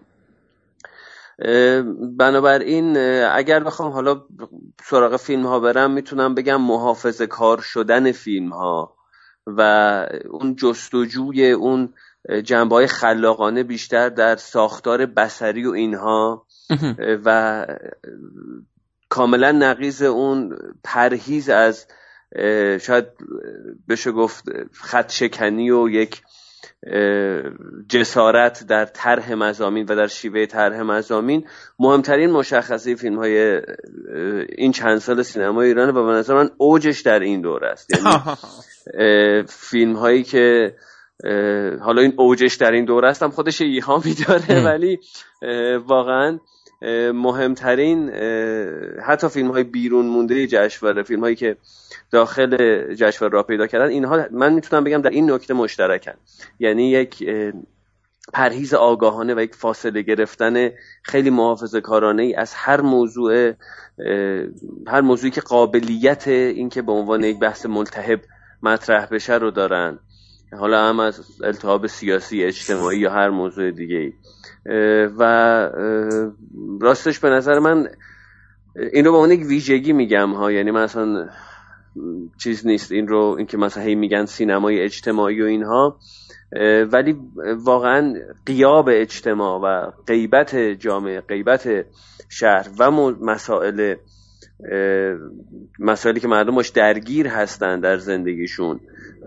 بنابراین اگر بخوام حالا سراغ فیلم ها برم، میتونم بگم محافظه کار شدن فیلم ها و اون جستجوی اون جنبه‌های خلاقانه بیشتر در ساختار بصری و اینها و کاملا نقیض اون پرهیز از شاید بشه گفت خط شکنی و یک جسارت در طرح مضامین و در شیوه طرح مضامین، مهمترین مشخصه فیلم‌های این چند سال سینمای ایرانه و به نظر من اوجش در این دوره است. یعنی فیلم‌هایی که حالا این اوجش در این دوره است هم خودش ایهامی داره، ولی واقعا مهمترین حتی فیلم های بیرون مونده جشنواره، فیلم هایی که داخل جشنواره راه پیدا کردن، اینها من میتونم بگم در این نکته مشترکن. یعنی یک پرهیز آگاهانه و یک فاصله گرفتن خیلی محافظه‌کارانه‌ای از هر موضوعی که قابلیت این که به عنوان یک بحث ملتهب مطرح بشه رو دارن، حالا هم از التهاب سیاسی، اجتماعی یا هر موضوع دیگه‌ای. و راستش به نظر من این رو به عنوان یک ویژگی میگم ها، یعنی مثلا چیز نیست این که مثلا هی میگن سینمای اجتماعی و اینها، ولی واقعا غیاب اجتماع و غیبت جامعه، غیبت شهر و مسائلی که مردم باش درگیر هستن در زندگیشون،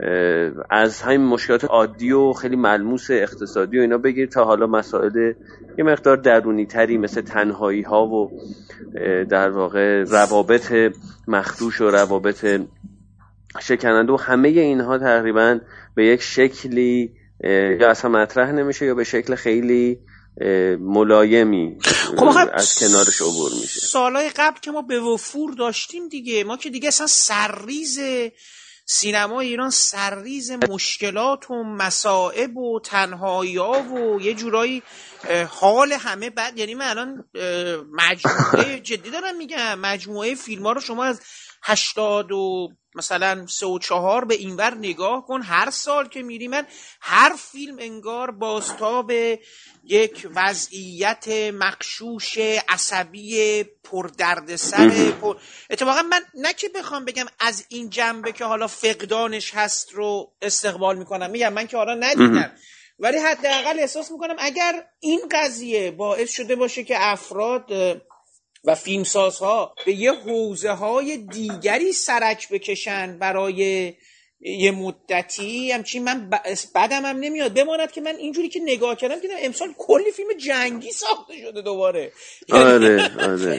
از همین مشکلات عادی و خیلی ملموس اقتصادی و اینا بگیر تا حالا مسائل یه مقدار درونی تری مثل تنهایی ها و در واقع روابط مخدوش و روابط شکننده و همه اینها تقریبا به یک شکلی یا اصلا مطرح نمیشه یا به شکل خیلی ملایمی از کنارش عبور میشه. سالهای قبل که ما به وفور داشتیم دیگه، ما که دیگه اصلا سرریز سینمای ایران سرریز مشکلات و مصائب و تنهایی‌ها و یه جورایی حال همه بد. یعنی من الان مجموعه جدی دارم میگم، مجموعه فیلم‌ها رو شما از 80 و مثلا 3 و 4 به اینور نگاه کن، هر سال که میری من هر فیلم انگار بازتاب یک وضعیت مغشوش عصبی پردردسر اتفاقا من نه که بخوام بگم از این جنبه که حالا فقدانش هست رو استقبال میکنم، میگم من که حالا ندیدم، ولی حداقل احساس میکنم اگر این قضیه باعث شده باشه که افراد و فیلمسازها به یه حوزه‌های دیگری سرک بکشن برای یه مدتی، همچین من بعدم هم نمیاد بماند که من اینجوری که نگاه کردم دیدم امسال کلی فیلم جنگی ساخته شده دوباره. آره.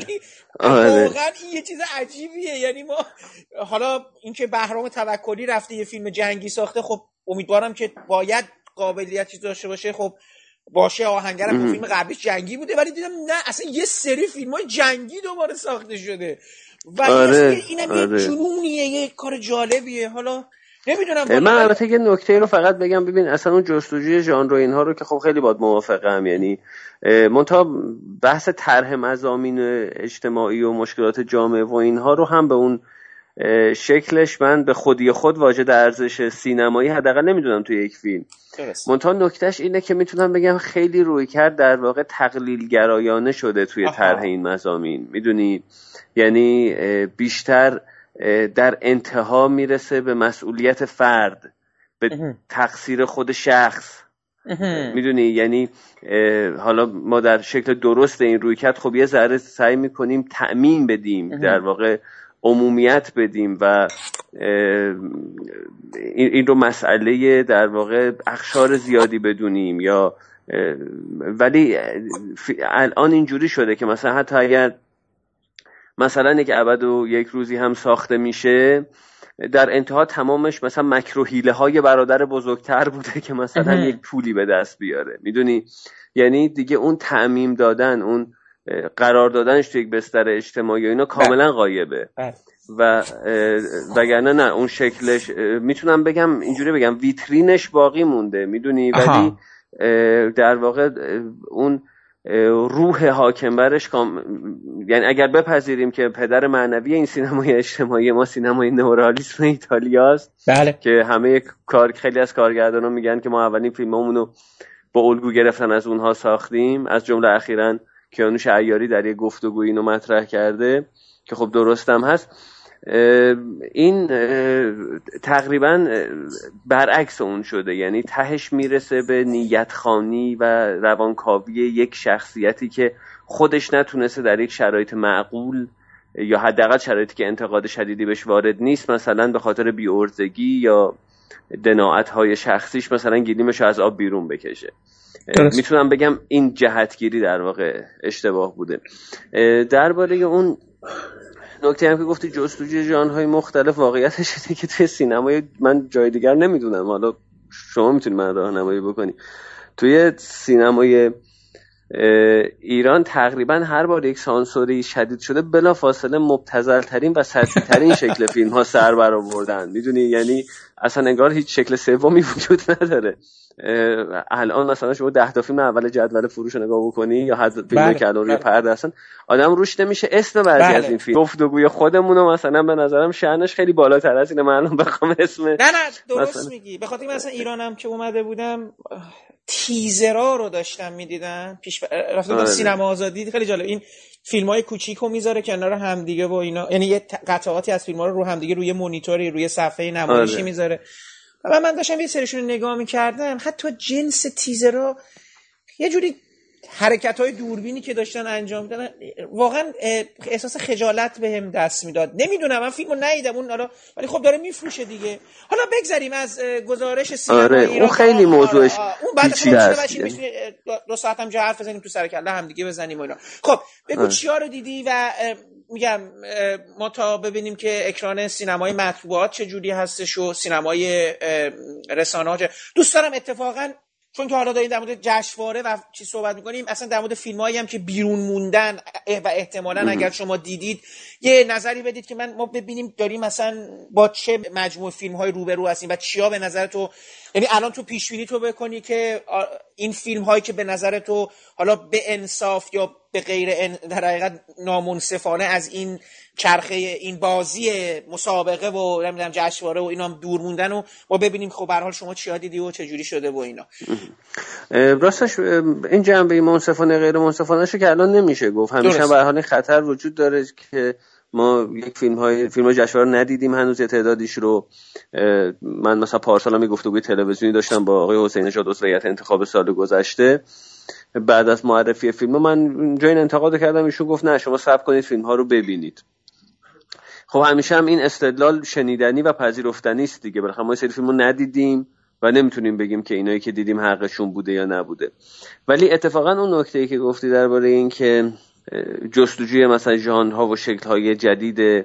واقعا این یه چیز عجیبیه. یعنی ما حالا اینکه بهرام توکلی رفته یه فیلم جنگی ساخته، خب امیدوارم که باید قابلیتی داشته باشه، خب باشه آهنگرم فیلم قبلیش جنگی بوده، ولی دیدم نه اصلا یه سری فیلم‌های جنگی دوباره ساخته شده و اینم یه جنونیه، یه کار جالبیه. حالا نمیدونم. من البته یه نکته رو فقط بگم، ببین اصلا اون جستجوی ژانر و اینها رو که خب خیلی باید موافقم، یعنی منتها بحث طرح مضامین اجتماعی و مشکلات جامعه و اینها رو هم به اون شکلش من به خودی خود واجد ارزش سینمایی حداقل نمیدونم توی یک فیلم. منتها نکتهش اینه که میتونم بگم خیلی روی کرد در واقع تقلیل گرایانه شده توی طرح این مضامین، میدونی، یعنی بیشتر در انتها میرسه به مسئولیت فرد، به تقصیر خود شخص، میدونی، یعنی حالا ما در شکل درست این رویکرد خب یه ذره سعی میکنیم تأمین بدیم، در واقع عمومیت بدیم و این رو مسئله در واقع اقشار زیادی بدونیم، یا ولی الان اینجوری شده که مثلا حتی اگر مثلا یک ابد و یک روزی هم ساخته میشه، در انتها تمامش مثلا مکرو حیله های برادر بزرگتر بوده که مثلا یک پولی به دست بیاره، میدونی، یعنی دیگه اون تعمیم دادن، اون قرار دادنش تو یک بستر اجتماعی و اینا کاملا غایبه و وگرنه نه اون شکلش میتونم بگم اینجوری بگم ویترینش باقی مونده، میدونی، ولی در واقع اون روح حاکم برش یعنی اگر بپذیریم که پدر معنوی این سینمای اجتماعی ما سینمای نئورئالیسم ایتالیاست، بله، که همه خیلی از کارگردانا میگن که ما اولین فیلممونو با الگو گرفتن از اونها ساختیم، از جمله اخیراً کیانوش عیاری در یک گفتگویی اینو مطرح کرده که خب درستم هست. این تقریبا برعکس اون شده، یعنی تهش میرسه به نیتخوانی و روانکاوی یک شخصیتی که خودش نتونسته در یک شرایط معقول یا حداقل شرایطی که انتقاد شدیدی بهش وارد نیست، مثلا به خاطر بی‌عرضگی یا دناعت‌های شخصیش مثلا گلیمشو از آب بیرون بکشه. میتونم بگم این جهتگیری در واقع اشتباه بوده. درباره اون نکته هم که گفتی جستجوی ژانرهای مختلف، واقعیتش اینه که توی سینمای من جای دیگر نمیدونم، حالا شما میتونی من راهنمایی بکنی. توی سینمای ایران تقریبا هر بار یک سانسوری شدید شده بلا فاصله مبتذل ترین و سطحی ترین شکل فیلم ها سر برآوردن، میدونی، یعنی اصلا انگار هیچ شکل سومی وجود نداره. الان مثلا شما 10 تا فیلم اول جدول فروش رو نگاه بکنی یا حتی فیلمی که الان روی پرده هستن آدم روش نمیشه اسم بعضی از این فیلم گفتگوی خودمون مثلا به نظرم شأنش خیلی بالاتر از اینه. من الان بخوام اسم نه درست مثلا میگی. به خاطر مثلا ایرانم که اومده بودم تیزرها رو داشتم میدیدم پیش رفته بودم سینما آزادی، خیلی جالب. این فیلمای کوچیکو میذاره کنار هم دیگه و اینا، یعنی یه قطعاتی از فیلم‌ها رو هم دیگه روی مونیتوری روی صفحه نمایشی میذاره. و من داشتم یه سریشون نگاه میکردم، حتی جنس تیزرها یه جوری حرکت‌های دوربینی که داشتن انجام میدادن واقعا احساس خجالت بهم دست میداد. نمیدونم، من فیلمو ندیدم اون حالا، ولی خب داره میفروشه دیگه. حالا بگذریم از گزارش سینما ایران. اون خیلی موضوعش اون بعد میتونیم 2 ساعت هم جا حرف بزنیم تو سر کله هم دیگه بزنیم و اینا. خب بگو چیا رو دیدی و میگم ما تا ببینیم که اکران سینمای مطبوعات چه جوری هستش و سینمای رسانه‌ها دوست دارم اتفاقا، چون که حالا داریم در مورد جشنواره و چی صحبت می‌کنیم، اصلا در مورد فیلمایی هم که بیرون موندن و احتمالاً اگر شما دیدید یه نظری بدید که ما ببینیم داریم مثلا با چه مجموعه فیلم‌های روبرو هستیم و چیا به نظر تو، یعنی الان تو پیش‌بینی تو بکنی که این فیلم‌هایی که به نظر تو حالا به انصاف یا به غیر در حقیقت نامنصفانه از این چرخه این بازی مسابقه و نمیدونم جشنواره و اینا هم دور موندن و ما ببینیم خب به هر حال شما چیا دیدی و چه جوری شده و اینا. راستش این جنبه منصفانه غیر منصفانه شو که الان نمیشه گفت، همیشه به هر حال خطر وجود داره که ما یک فیلم جشنواره ندیدیم هنوز. تعدادیش رو من مثلا پارسال گفتگوی تلویزیونی داشتم با آقای حسین نژاد عضو هیئت انتخاب سال گذشته. بعد از معرفی فیلم من جای این انتقاد کردم، ایشون گفت نه شما صبر کنید فیلم‌ها رو ببینید. خب همیشه هم این استدلال شنیدنی و پذیرفتنی است دیگه، بالاخره ما سری فیلمو ندیدیم و نمیتونیم بگیم که اینایی که دیدیم حقشون بوده یا نبوده. ولی اتفاقا اون نکته‌ای که گفتی درباره این که جستجوی مثلا ژانرها و شکل‌های جدید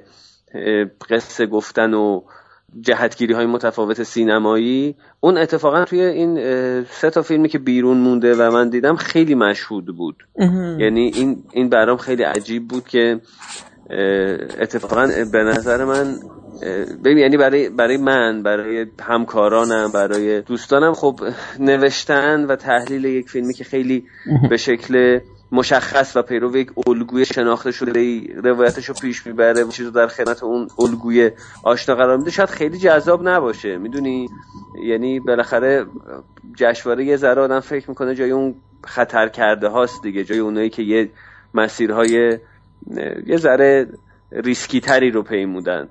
قصه گفتن و جهتگیری‌های متفاوت سینمایی، اون اتفاقا توی این 3 تا فیلمی که بیرون مونده و من دیدم خیلی مشهود بود. یعنی این برام خیلی عجیب بود که اتفاقا به نظر من ببین، یعنی برای من، برای همکارانم، برای دوستانم خب نوشتن و تحلیل یک فیلمی که خیلی به شکل مشخص و پیرو یک الگوی شناخته شده روایتشو پیش میبره و چیزو در خدمت اون الگوی آشنا قرار میده شاید خیلی جذاب نباشه، میدونی. یعنی بالاخره جشنواره یه ذره آدم فکر میکنه جای اون خطر کرده هاست دیگه، جای اونایی که یه مسیرهای یه ذره ریسکی تری رو پیمودن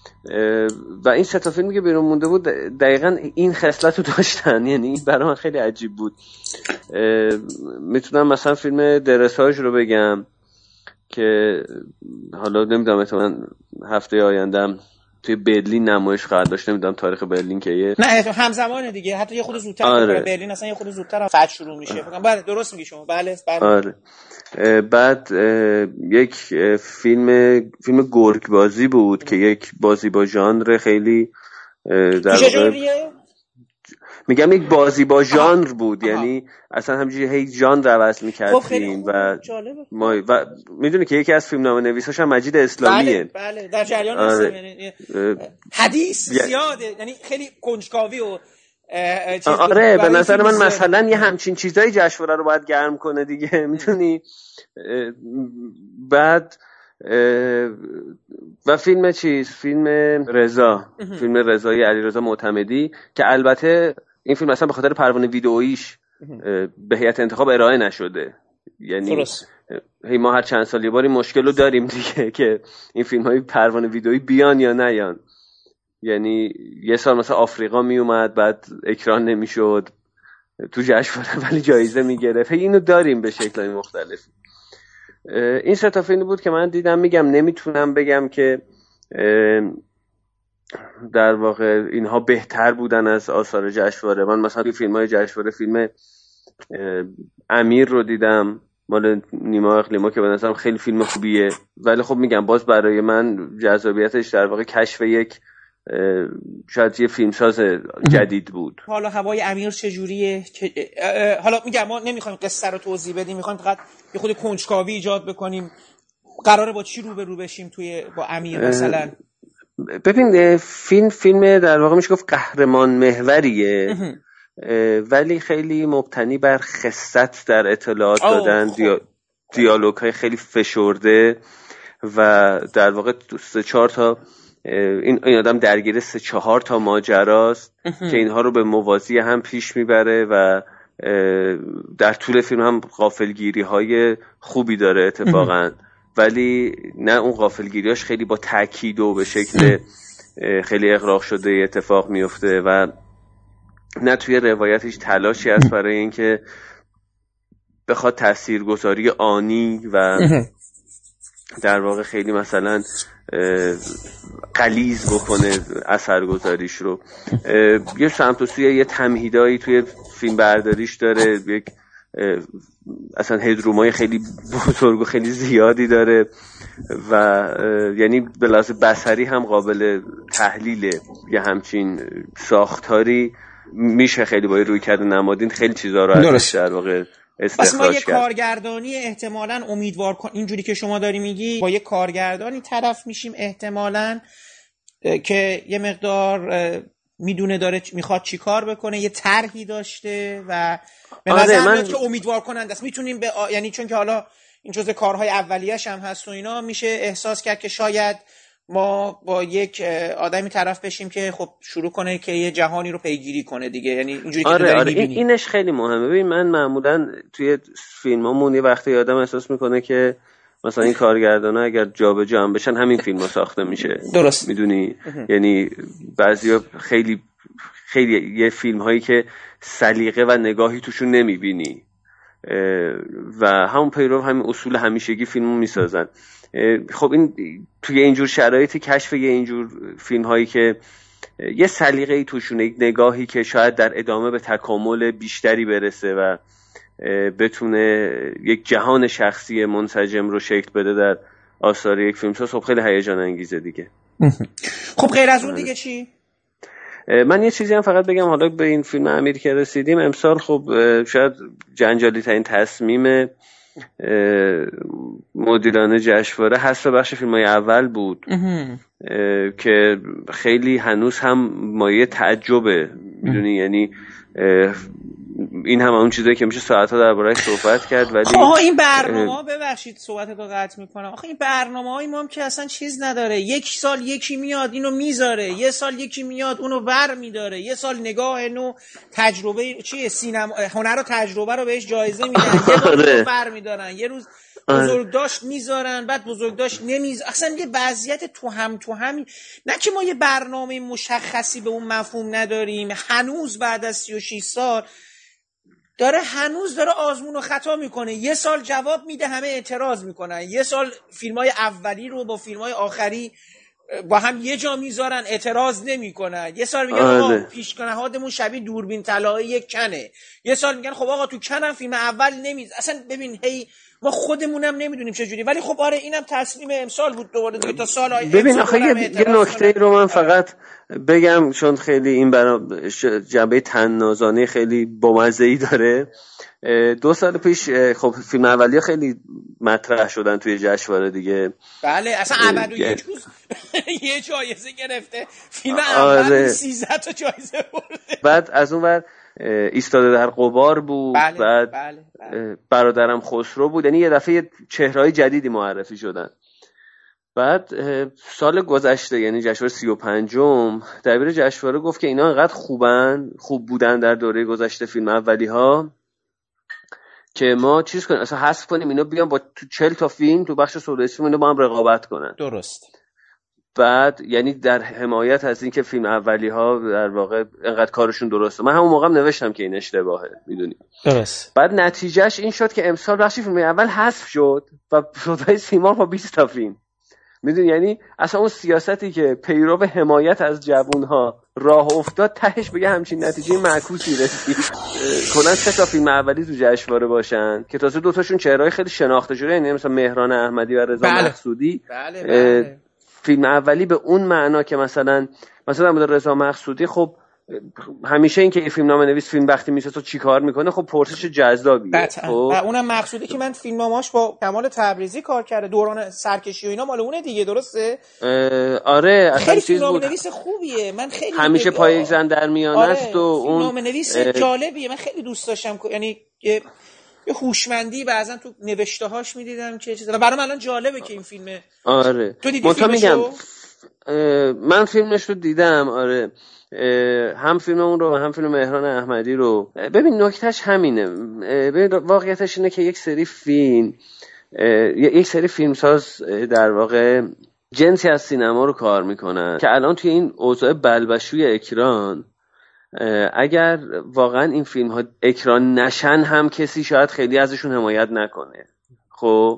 و این 3 تا فیلمی که بیرون مونده بود دقیقاً این خصلت رو داشتن. یعنی برای من خیلی عجیب بود. میتونم مثلا فیلم درساژ رو بگم که حالا نمیدونم احتمالاً هفته آیندهم توی برلین نمایش خواهد داشت، نمیدونم تاریخ برلین کیه. نه همزمانه دیگه، حتی یه خود زودتر برلین اصلا یه خود زودتر فقط شروع میشه. بله درست میگی شما. بله. آره. بعد یک فیلم گرگ بازی بود که یک بازی با ژانر خیلی در واقع میگم یک بازی با ژانر بود. یعنی اصلا همینجوری هی ژانر عوض می‌کردیم و ما و میدونی که یکی از فیلمنامه‌نویساش هم مجید اسلامیه. بله در جریان هستم. یعنی حدیث زیاده، یعنی خیلی کنجکاوی و آره به نظر من مثلا یه همچین چیزایی جشنواره رو باید گرم کنه دیگه، میتونی. بعد و فیلم رضای علیرضا معتمدی که البته این فیلم اصلا به خاطر پروانه ویدئوییش به هیئت انتخاب ارائه نشده. یعنی ما هر چند سال یه باری مشکل رو داریم دیگه که این فیلم‌های پروانه ویدئویی بیان یا نیان. یعنی یه سال مثلا آفریقا می اومد بعد اکران نمیشد تو جشنواره ولی جایزه میگرفت. اینو داریم به شکل‌های مختلف. این 3 تا فیلم بود که من دیدم. میگم نمیتونم بگم که در واقع اینها بهتر بودن از آثار جشنواره. من مثلا توی فیلم‌های جشنواره فیلم امیر رو دیدم مال نیما اقلیما که به نظرم خیلی فیلم خوبیه، ولی خب میگم باز برای من جذابیتش در واقع کشف یک شاید یه فیلمساز جدید بود. حالا هوای امیر چجوریه؟ حالا میگم ما نمیخوایم قصه رو توضیح بدیم، میخوایم فقط یه خود کنجکاوی ایجاد بکنیم. قراره با چی روبرو بشیم با امیر مثلا؟ ببین فیلم در واقع میشه گفت قهرمان محوریه، ولی خیلی مبتنی بر خست در اطلاعات دادن، دیالوگ های خیلی فشرده و در واقع 3-4 تا این آدم درگیر 3-4 تا ماجراست که اینها رو به موازی هم پیش میبره و در طول فیلم هم غافلگیری های خوبی داره اتفاقا، ولی نه اون غافلگیریاش خیلی با تاکید و به شکل خیلی اغراق شده اتفاق میفته و نه توی روایتش تلاشی هست برای اینکه بخواد تاثیرگذاری آنی و در واقع خیلی مثلا غلیظ بکنه اثرگذاریش رو. یه سمت و سوی یه تمهیدایی توی فیلم برداریش داره، یک اصلا هدرومای خیلی بزرگ و خیلی زیادی داره و یعنی به لحاظ بصری هم قابل تحلیله. یه همچین ساختاری میشه خیلی با روی کرده نمادین خیلی چیزا رو ازش در واقع بس ما یه کارگردانی احتمالاً امیدوار اینجوری که شما داری میگی با یه کارگردانی طرف میشیم احتمالاً که یه مقدار میدونه داره میخواد چی کار بکنه، یه طرحی داشته و به نظر میاد که امیدوار کننده است. میتونیم یعنی چون که حالا این جزء کارهای اولیه‌اش هم هست و اینا، میشه احساس کرد که شاید ما با یک آدمی طرف بشیم که خب شروع کنه که یه جهانی رو پیگیری کنه دیگه، یعنی اینجوری که داری می‌بینی. اینش خیلی مهمه. ببین من معمولا توی فیلمامون یه وقتی آدم احساس میکنه که مثلا این کارگردانا اگر جابجا هم بشن همین فیلم‌ها ساخته میشه. درست میدونی یعنی بعضیا خیلی یه فیلم‌هایی که سلیقه و نگاهی توشون نمیبینی و همون پیرو همین اصول همیشگی فیلمو میسازن. خب این توی اینجور شرایطی کشف یه اینجور فیلم هایی که یه سلیقه‌ای توشونه، یک نگاهی که شاید در ادامه به تکامل بیشتری برسه و بتونه یک جهان شخصی منسجم رو شکل بده در آثار یک فیلمساز، خب خیلی هیجان انگیزه دیگه. خب غیر از اون دیگه چی؟ من یه چیزی هم فقط بگم، حالا به این فیلم امیر که رسیدیم، امسال خب شاید جنجالی ترین تصمیم مدیران جشنواره حذف بخش فیلم‌های اول بود که خیلی هنوز هم مایه تعجبه. میدونی یعنی این هم اون چیزایی که میشه ساعت‌ها درباره‌اش صحبت کرد، ولی این برنامه‌ها ببخشید صحبتتو قطع می‌کنم. آخه این برنامه‌های ما هم که اصلا چیز نداره. یک سال یکی میاد اینو میذاره، یه سال یکی میاد اونو بر میداره، یه سال نگاه نو تجربه سینما هنر و تجربه رو بهش جایزه میدن، یه بار بر میدارن، یه روز بزرگداشت میذارن بعد بزرگداشت اصلا یه وضعیت تو همی. نه که ما یه برنامه مشخصی به اون مفهوم نداریم، هنوز بعد از 36 سال هنوز داره آزمون و خطا میکنه. یه سال جواب میده همه اعتراض میکنن، یه سال فیلمای اولی رو با فیلمای آخری با هم یه جا میذارن اعتراض نمیکنن، یه سال میگن آقا پیشنهادمون شبیه دوربین طلایی یک کنه، یه سال میگن خب آقا تو کنم فیلم اول اصلا ببین هی ما خودمونم نمیدونیم چجوری. ولی خب آره اینم تصمیم امسال بود دوباره دیگه تا سال آینده. ببین آخه یه نکته رو من فقط بگم چون خیلی این جنبه طنازانه خیلی بامزه‌ای داره. 2 سال پیش خب فیلم اولیه خیلی مطرح شدن توی جشنواره دیگه. بله اصلا ابدو یک روز یه جایزه گرفته، فیلم اول 13 تا جایزه برده. بعد از اون ور ایستاده در غبار بود. بعد برادرم خسرو بود. یعنی یه دفعه چهره‌های جدیدی معرفی شدن. بعد سال گذشته یعنی جشنواره 35م دبیر جشنواره گفت که اینا انقدر خوب بودن در دوره گذشته فیلم اولی‌ها که ما چیز کنیم اصلا حذف کنیم اینا بیان با تو 40 تا فیلم تو بخش ثلاثی اینا با هم رقابت کنن. درست. بعد یعنی در حمایت از این که فیلم اولی‌ها در واقع انقدر کارشون درسته. من همون موقع نوشتم که این اشتباهه، میدونی. درست. بعد نتیجهش این شد که امسال بخش فیلم اول حذف شد و شده سیمار با 20 تا فیلم. میدونی یعنی اصلا اون سیاستی که پیرو حمایت از جوانها راه افتاد تهش به همچین نتیجه معکوسی رسید. کلا 3 تا فیلم اولی تو جشنواره باشن که تازه 2 تاشون چهره‌های خیلی شناخته شده، یعنی مثلا مهران احمدی و رضا محسودی. بله. فیلم اولی به اون معنا که مثلا رضا مقصودی، خب همیشه این که یه فیلمنامه نویس فیلم وقتی میسازه چی کار میکنه، خب پرسش جذابیه. خب و اونم مقصودی که من فیلمنامه‌اش با کمال تبریزی کار کرده، دوران سرکشی و اینا مال اونه دیگه، درسته؟ آره خیلی فیلمنامه نویس خوبیه، من خیلی همیشه پای یک زن در میانه است و اون فیلمنامه نویس جالبیه، من خیلی دوست داشتم، یعنی یه هوشمندی بعضن تو نوشته‌هاش می‌دیدم که چیزا برام الان جالبه که این فیلمه. آره تو دیدی فیلمشو؟ من فیلمش رو دیدم، آره، هم فیلم اون رو و هم فیلم مهران احمدی رو. ببین نکتهش همینه، ببین واقعیتش اینه که یک سری فیلمساز در واقع جنسی از سینما رو کار میکنن که الان توی این اوضاع بلبشوی اکران اگر واقعا این فیلم ها اکران نشن هم کسی شاید خیلی ازشون حمایت نکنه. خب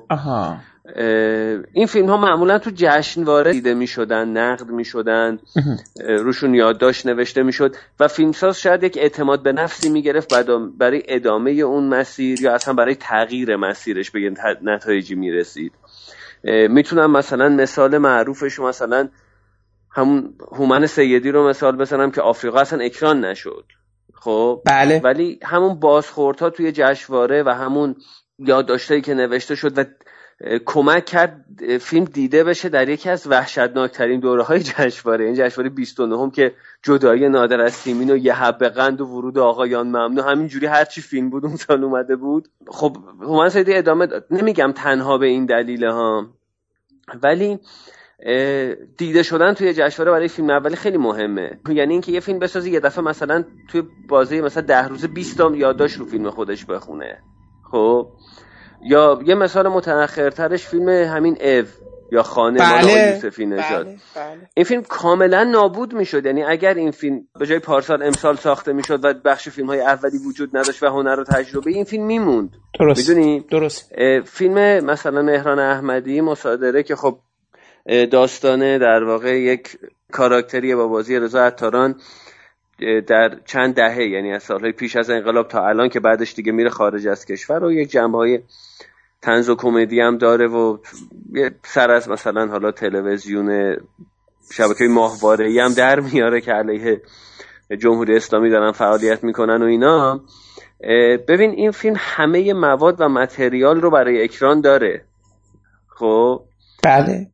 این فیلم ها معمولا تو جشنواره دیده می شدن، نقد می شدن، روشون یادداشت نوشته می شد و فیلمساز شاید یک اعتماد به نفسی می گرفت برای ادامه اون مسیر یا اصلا برای تغییر مسیرش به نتایجی می رسید. میتونم مثلا مثال معروفش مثلا همون هومن سیدی رو مثال بزنم که آفریقا اصلا اکران نشد. خب بله. ولی همون بازخوردها توی جشنواره و همون یادداشتایی که نوشته شد و کمک کرد فیلم دیده بشه در یکی از وحشتناکترین دوره‌های جشنواره، این جشنواره 29 که جدایی نادر از سیمین و یه حبه قند و ورود آقایان ممنوع، همینجوری هرچی فیلم بود اون سال اومده بود. خب هومن سیدی ادامه داد، نمیگم تنها به این دلیله ها، ولی دیده شدن توی جشنواره برای فیلم اولی خیلی مهمه. یعنی اینکه یه فیلم بسازی یه دفعه مثلا توی بازی مثلا 10 روز 20 تا یادداشت رو فیلم خودش بخونه. خب یا یه مثال متأخرترش فیلم همین یا خانه مال آقای یوسفی نژاد. این فیلم کاملا نابود میشد، یعنی اگر این فیلم به جای پارسال امسال ساخته میشد و بخش فیلم‌های اولی وجود نداشت و هنر و تجربه، این فیلم میموند. میدونی؟ درست. فیلم مثلا مهران احمدی مصادره که خب داستانه در واقع یک کاراکتریه با بازی رضا عطاران در چند دهه، یعنی از سالهای پیش از انقلاب تا الان که بعدش دیگه میره خارج از کشور و یک جنبه‌های طنز و کمدی هم داره و یه سر از مثلا حالا تلویزیون شبکه ماهواره‌ای هم در میاره که علیه جمهوری اسلامی دارن فعالیت میکنن و اینا. ببین این فیلم همه مواد و متریال رو برای اکران داره. خب بله.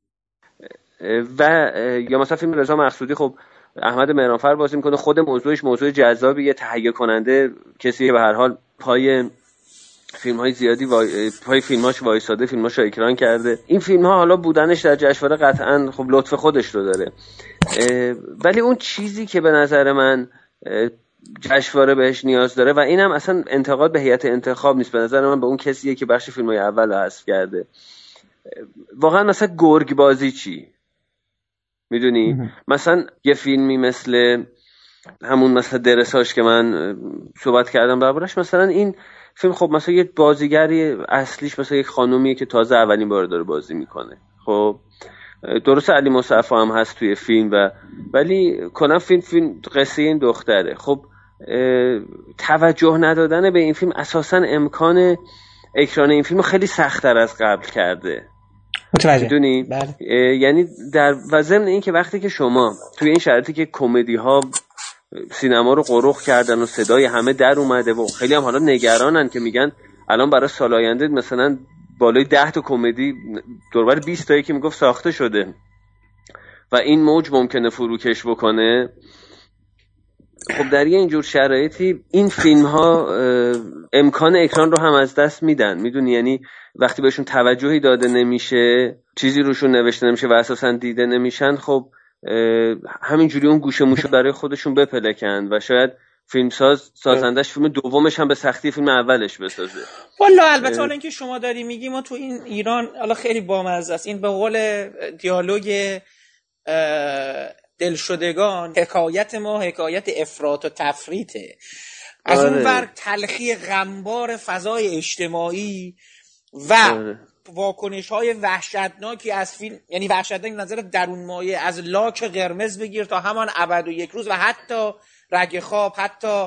و یا مثلا فیلم رضا مقصودی، خب احمد مهرانفر بازی میکنه، خود موضوعش موضوع جذابیه، تهیه کننده کسی به هر حال پای فیلم‌های زیادی پای فیلماش وایساده، فیلماشو اکران کرده. این فیلم‌ها حالا بودنش در جشنواره قطعاً خب لطف خودش رو داره، ولی اون چیزی که به نظر من جشنواره بهش نیاز داره و اینم اصلا انتقاد به هیئت انتخاب نیست، به نظر من به اون کسیه که بخش فیلم‌های اول رو حذف کرده، واقعا مثلا گرگ بازی چی؟ میدونی؟ مثلا یه فیلمی مثل همون مثلا درساش که من صحبت کردم دربارش، مثلا این فیلم خب مثلا یه بازیگری اصلیش مثلا یک خانومیه که تازه اولین بار داره بازی میکنه. خب درسته علی مصطفی هم هست توی فیلم ولی کلا فیلم قصه این دختره. خب توجه ندادن به این فیلم اساسا امکان اکران این فیلم خیلی سخت‌تر از قبل کرده. میدونی؟ بله. یعنی در ضمن این که وقتی که شما توی این شرایطی که کمدی ها سینما رو قرق کردن و صدای همه در اومده و خیلی هم حالا نگرانن که میگن الان برای سال آینده مثلا بالای 10 تا کمدی دوربر 20 تایی که میگفت ساخته شده و این موج ممکنه فروکش بکنه. خب در یه اینجور شرایطی این فیلم ها امکان اکران رو هم از دست میدن. میدونی؟ یعنی وقتی بهشون توجهی داده نمیشه، چیزی روشون نوشته نمیشه و اساسا دیده نمیشن، خب همینجوری اون گوشه موشه برای خودشون بپلکن و شاید سازندش فیلم دومش هم به سختی فیلم اولش بسازه. والا البته حالا اینکه شما داری میگی، ما تو این ایران حالا خیلی بامزه است، این به قول دیالوگ دلشدگان، حکایت ما حکایت افراط و تفریطه. از اون ور تلخی غمبار فضای اجتماعی و واکنش‌های وحشتناکی از فیلم، یعنی وحشتناک نظر درون مایه، از لاک قرمز بگیر تا همان ابد و یک روز و حتی رگ خواب، حتی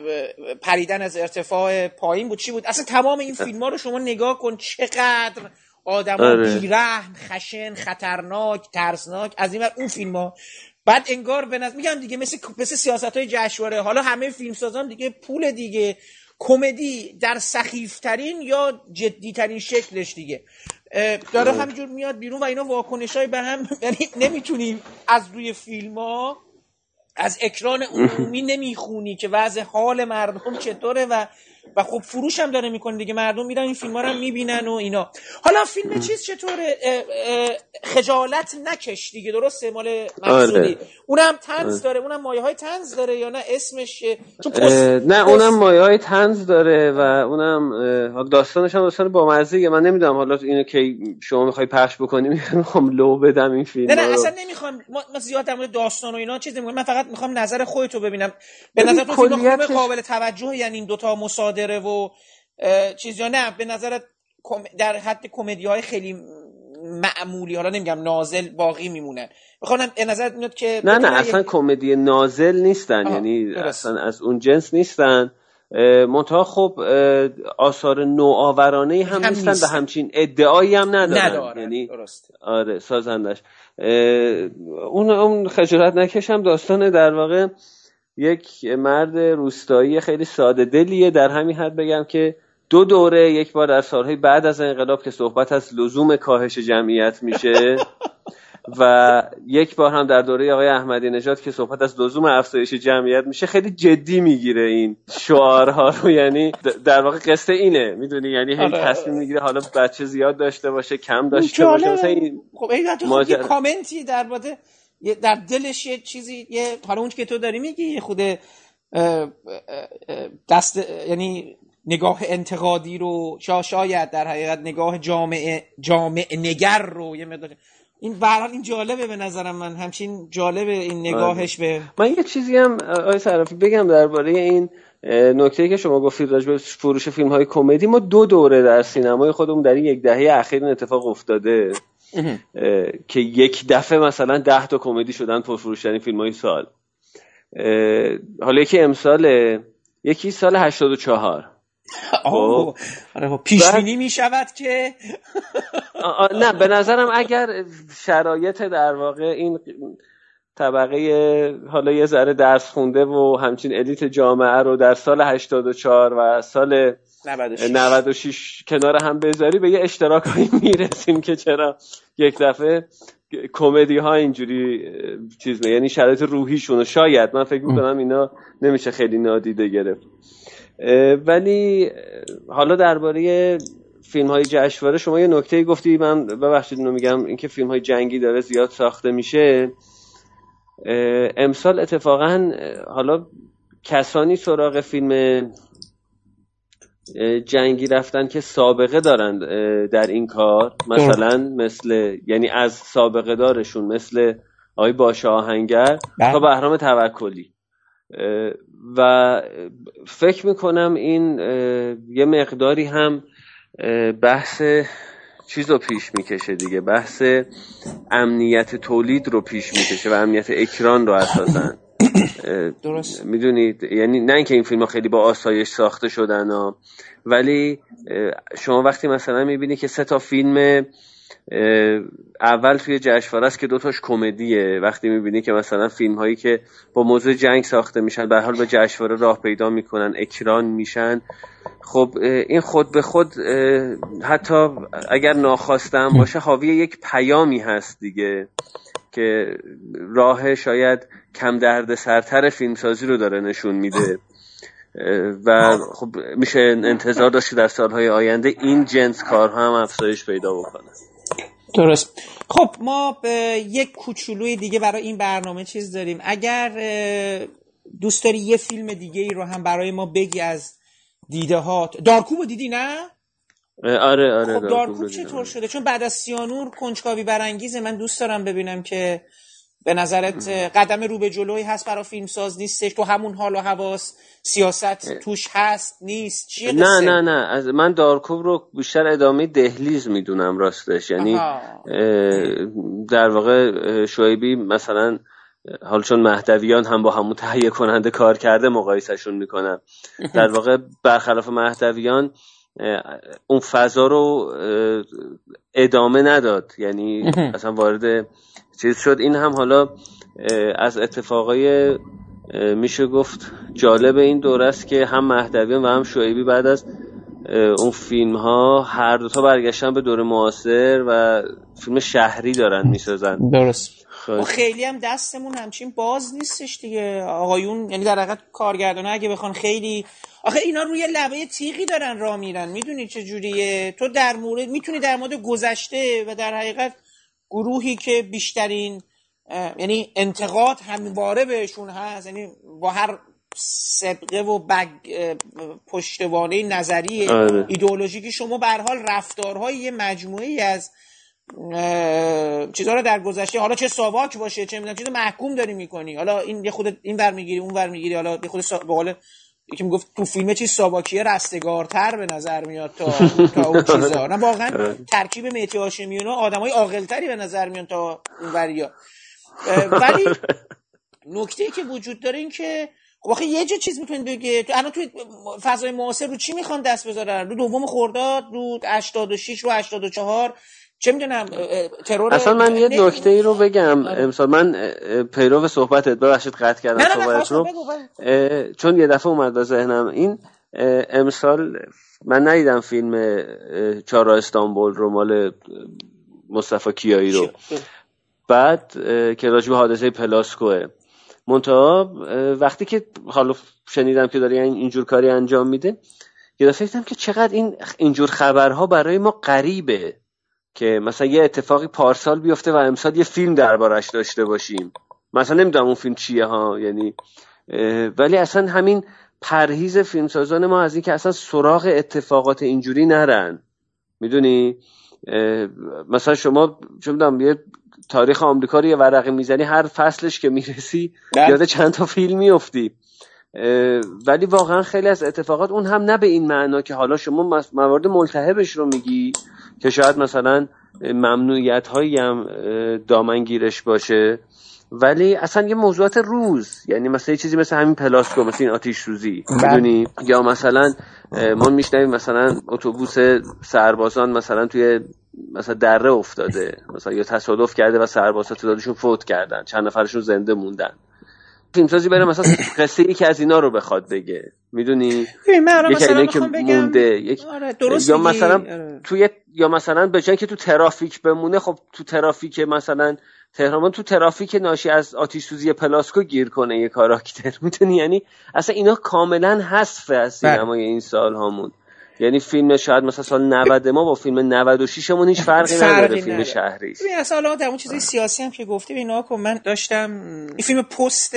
پریدن از ارتفاع پایین بود، چی بود، اصلا تمام این فیلم‌ها رو شما نگاه کن چقدر آدما بی‌رحم، خشن، خطرناک، ترسناک، از این ور اون فیلم‌ها. بعد انگار میگم دیگه مثل سیاست‌های جشنواره، حالا همه فیلمسازان دیگه پول دیگه، کمدی در سخیفترین یا جدی‌ترین شکلش دیگه داره همینجور میاد بیرون و اینا واکنشای به هم، یعنی نمیتونیم از روی فیلم‌ها از اکران عمومی نمیخونی که وضع حال مردم چطوره و خب فروش هم داره میکنه دیگه، مردم میرن این فیلم‌ها رو میبینن و اینا. حالا فیلم چیز چطوره؟ خجالت نکش دیگه، درسته؟ مال مقصودی. اونم طنز داره، اونم مایه‌های طنز داره یا نه اسمش نه اونم مایه‌های طنز داره و اونم حالا داستانش هم داستان بامزه. من نمیدونم حالا اینو که شما میخوای پخش بکنی میخوام لو بدم این فیلم. نه اصلا نمیخوام ما زیاد در مورد داستان و اینا چیزی نمیگم، من فقط میخوام نظر خودتو ببینم. به نظر تو فیلم خوب قابل توجه یعنی این دوتا مصادره و چیز یا نه به نظرت در حد کمدی‌های خیلی معمولی، حالا نمیگم نازل، باقی میمونن؟ میخوام به نظرت میاد که نه اصلا کمدی نازل نیستن، یعنی اصلا از اون جنس نیستن. منتها خب آثار نوآورانه هم نیستن و همچین ادعایی هم ندارن. یعنی درست. آره سازندش اون خجالت نکشم داستان در واقع یک مرد روستایی خیلی ساده دلیه. در همین حد بگم که 2 دوره، یک بار در سالهای بعد از انقلاب که صحبت از لزوم کاهش جمعیت میشه و یک بار هم در دوره آقای احمدی نژاد که صحبت از لزوم افزایش جمعیت میشه، خیلی جدی میگیره این شعارها رو. یعنی در واقع قصه اینه، میدونی، یعنی هی تصمیم میگیره حالا بچه زیاد داشته باشه کم داشته باشه. مثلا این خب یه کامنتی در دلش یه چیزی، حالا اون که تو داری میگی یه خود دست، یعنی نگاه انتقادی رو شاید در حقیقت نگاه جامعه نگر رو یه مقدار این برحال این جالبه به نظرم، من همچین جالبه این نگاهش به من یه چیزی هم آقای صرافی بگم درباره این نکته‌ای که شما گفتید راجع به فروش فیلم‌های کمدی. ما 2 دوره در سینمای خودمون در این یک دهه اخیر اتفاق افتاده که یک دفعه مثلا 10 تا کمدی شدن پرفروش‌ترین فیلم‌های سال. حالا یکی امسال، یکی سال 84. پیش بینی می شود که نه به نظرم اگر شرایط در واقع این طبقه حالا یه ذره درس خونده و همچین الیت جامعه رو در سال 84 و سال 96 کنار هم بذاری، به یه اشتراکایی میرسیم که چرا یک دفعه کمدی ها اینجوری چیز یعنی شرایط روحیشون، شاید من فکر میکنم اینا نمیشه خیلی نادیده گرفت. ولی حالا درباره فیلم های جشنواره شما یه نکته گفتی، من ببخشید اینو میگم، اینکه فیلم های جنگی داره زیاد ساخته میشه. امسال اتفاقا حالا کسانی سراغ فیلم جنگی رفتن که سابقه دارند در این کار، مثلا مثل یعنی از سابقه دارشون مثل آقای باشه آهنگر تا بهرام توکلی، و فکر میکنم این یه مقداری هم بحث چیز رو پیش میکشه دیگه، بحث امنیت تولید رو پیش میکشه و امنیت اکران رو اساساً. درست. میدونید، یعنی نه اینکه این فیلم ها خیلی با آسایش ساخته شدن ها، ولی شما وقتی مثلا میبینی که 3 تا فیلم اول توی جشنواره است که 2 تاش کمدیه، وقتی میبینی که مثلا فیلم هایی که با موضوع جنگ ساخته میشن به حال به جشنواره راه پیدا میکنن، اکران میشن، خب این خود به خود حتی اگر ناخواستم باشه حاوی یک پیامی هست دیگه که راه شاید کم درد سرتر فیلمسازی رو داره نشون میده و خب میشه انتظار داشت در سالهای آینده این جنس کارها هم افزایش پیدا بکنه. درست. خب ما یک کوچولوی دیگه برای این برنامه چیز داریم، اگر دوست داری یه فیلم دیگه ای رو هم برای ما بگی از دیده ها. دارکوب رو دیدی نه؟ آره خب دارکوب چطور شده؟ چون بعد از سیانور کنجکاوی برانگیزه، من دوست دارم ببینم که به نظرت قدم رو به جلوی هست برای فیلمساز نیستش؟ تو همون حال و حواس سیاست توش هست نیست؟ چیه قصه؟ نه از من دارکوب رو بیشتر ادامه دهلیز میدونم راستش، یعنی در واقع شعیبی مثلا حالا چون مهدویان هم با همون تهیه کننده کار کرده مقایسهشون میکنم. در واقع برخلاف مهدویان اون فضا رو ادامه نداد، یعنی اصلا وارد چیز شد. این هم حالا از اتفاقای میشه گفت جالب این دوره است که هم مهدویان و هم شعیبی بعد از اون فیلم ها هر دوتا برگشتن به دوره معاصر و فیلم شهری دارن میسازن. درست. و خیلی هم دستمون همچین باز نیستش دیگه آقایون، یعنی در حقیقت کارگردانا اگه بخوان خیلی آخه اینا روی لبه تیغی دارن راه میرن. میدونی چه جوریه؟ تو در مورد میتونی در مورد گذشته و در حقیقت گروهی که بیشترین یعنی انتقاد همواره بهشون هست، یعنی با هر سابقه و پشتوانه نظری ایدئولوژیکی شما به هر حال رفتارهای یه مجموعه‌ای از چیزها رو در گذشته، حالا چه ساواک باشه چه میدونم چیز محکوم داری میکنی، حالا این یه خود این ور میگیری اون ور میگیری، حالا یه خود به قول یکی میگفت تو فیلم چیز ساواکیه رستگارتر به نظر میاد تا اون چیزا. نه واقعا ترکیب مهدی هاشمیون و آدمای عاقل‌تری به نظر میان تا اون وریا. ولی نکته‌ای که وجود داره این که واقعا یه چیز میتونید بگه تو الان تو فضای معاصر رو چی میخوان دست بذارن؟ رو دوم خرداد، رو 86 و 84 چه میدونم ترور. اصلا من یه نکته ای رو بگم امسال، من پیرو صحبتت ببخشید قطع کردم صحبت رو چون یه دفعه اومد به ذهنم این امسال من ندیدم فیلم چهار استانبول رو مال مصطفی کیایی رو بعد که راجع به حادثه پلاسکوه منتها وقتی که حالا شنیدم که داره اینجور کاری انجام میده یه دفعه دیدم که چقدر اینجور خبرها برای ما غریبه که مثلا یه اتفاقی پارسال بیفته و امسال یه فیلم دربارش داشته باشیم. مثلا نمیدونم اون فیلم چیه ها، یعنی ولی اصلا همین پرهیز فیلمسازان ما از این که اصلا سراغ اتفاقات اینجوری نرن. میدونی مثلا شما چه میدونم یه تاریخ آمریکا رو یه ورقه میزنی هر فصلش که میرسی یاد چند تا فیلم میافتی، ولی واقعا خیلی از اتفاقات اون هم نه به این معنا که حالا شما موارد ملتهبش رو میگی که شاید مثلا ممنوعیت هایی هم دامنگیرش باشه، ولی اصلا یه موضوعات روز، یعنی مثلا یه چیزی مثل همین پلاسکو، مثلا این آتش سوزی میدونی، یا مثلا ما میشنویم مثلا اتوبوس سربازان مثلا توی مثلا دره افتاده مثلا یا تصادف کرده و سربازا تعدادشون فوت کردن، چند نفرشون زنده موندن. فیلمسازی بره مثلا قصه یکی از اینا رو بخواد بگه، میدونی، یکی اینا که مونده یا مثلا توی یا مثلا به جای که تو ترافیک بمونه، خب تو ترافیک مثلا تهران تو ترافیک ناشی از آتش سوزی پلاسکو گیر کنه یه کاراکتر، میدونی، یعنی اصلا اینا کاملا حذف از سینمای این سال هامون. یعنی فیلم شاید مثلا سال 90 ما با فیلم 96 مون هیچ فرقی نداره، فیلم شهری. ببین اصلا در اون چیزای سیاسی هم که گفتی اینا که من داشتم این فیلم پست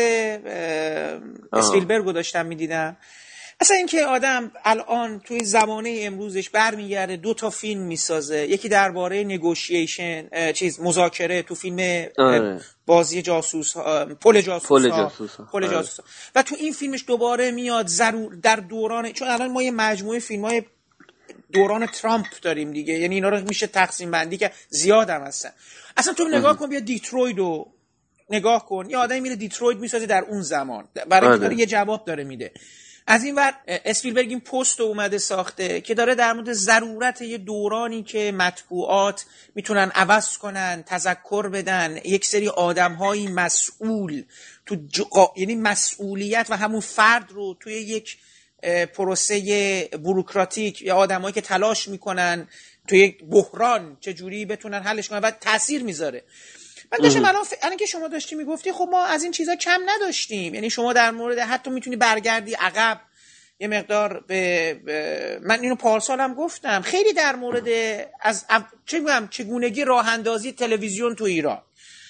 اسپیلبرگ رو داشتم میدیدم. اصلا اینکه آدم الان توی زمانه امروزش برمیگرده 2 تا فیلم میسازه، یکی درباره نگوشیشن مذاکره تو فیلم بازی جاسوس پل جاسوس و تو این فیلمش دوباره میاد در دوران، چون الان ما یه مجموعه فیلم‌های دوران ترامپ داریم دیگه، یعنی اینا رو میشه تقسیم بندی که زیاد هم هستن. اصلا تو نگاه کن، بیا دیترویت رو نگاه کن، یه آدمی میره دیترویت میسازه در اون زمان برای اینکه یه جواب داره میده. از این ور اسپیلبرگ این پست رو اومده ساخته که داره در مورد ضرورت یه دورانی که مطبوعات میتونن عوض کنن، تذکر بدن، یک سری آدم‌های مسئول تو یعنی مسئولیت و همون فرد رو توی یک پروسه بوروکراتیک یا آدمایی که تلاش میکنن توی یک بحران چجوری بتونن حلش کنن و تاثیر میذاره. من داشتم الان که شما داشتی میگفتی خب ما از این چیزا کم نداشتیم، یعنی شما در مورد حتی میتونی برگردی عقب یه مقدار من اینو پارسال هم گفتم خیلی در مورد از چگونگی راه اندازی تلویزیون تو ایران،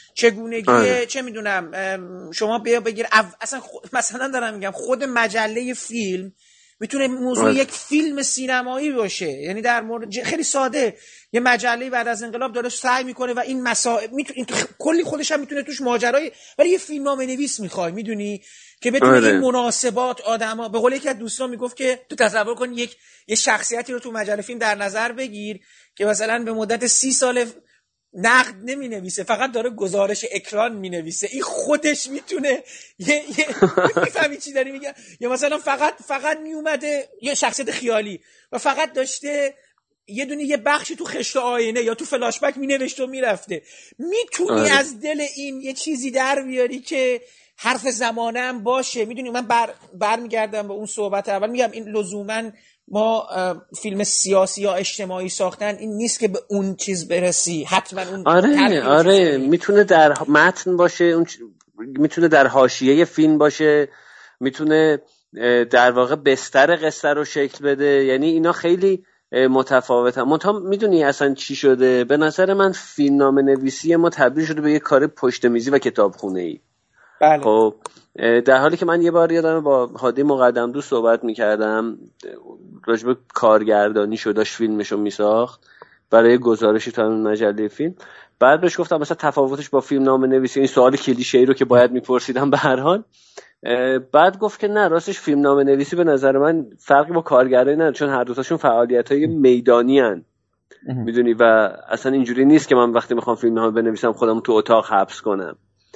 چگونگی چه میدونم شما بگیر اصلا مثلا دارم میگم خود مجله فیلم میتونه موضوع یک فیلم سینمایی باشه، یعنی در مورد خیلی ساده یه مجله بعد از انقلاب داره سعی میکنه و این مسائل کلی خودش هم میتونه توش ماجرای، ولی یه فیلمنامه نویس میخوای میدونی که بتونه این مناسبات آدما، به قول یکی از دوستان میگفت که تو تصور کن یه شخصیتی رو تو مجله فیلم در نظر بگیر که مثلا به مدت 30 سال نقد نمی نویسه، فقط داره گزارش اکران می نویسه. این خودش میتونه میفهمی چی داری میگه. یا مثلا فقط می اومده یه شخصیت خیالی و فقط داشته یه بخشی تو خشت آینه یا تو فلاش بک می نوشت و میرفته. میتونی از دل این یه چیزی در بیاری که حرف زمانه هم باشه. میدونی من برمیگردم به اون صحبت اول، میگم این لزوماً ما فیلم سیاسی یا اجتماعی ساختن این نیست که به اون چیز برسی حتما اون. آره میتونه در متن باشه، میتونه در حاشیه فیلم باشه، میتونه در واقع بستر قصه رو شکل بده. یعنی اینا خیلی متفاوتن. میدونی اصلا چی شده؟ به نظر من فیلمنامه نویسی ما تبدیل شده به یه کار پشت میزی و کتابخونه ای. بله. خب در حالی که من یه بار یادمه با هادی مقدم‌دوست صحبت میکردم راجب کارگردانی شو، داشت فیلمشو میساخت برای گزارشی تو همین مجله فیلم. بعد بهش گفتم مثلا تفاوتش با فیلمنامه نویسی، این سوال کلیشه‌ای رو که باید میپرسیدم به هر حال. بعد گفت که نه، راستش فیلمنامه نویسی به نظر من فرقی با کارگردانی نداره، چون هر دوتاشون فعالیت‌های میدانی هن. میدونی و اصلا اینجوری نیست که من وقتی میخوام فیلمنامه بنویسم خودم تو اتاق حبس کنم.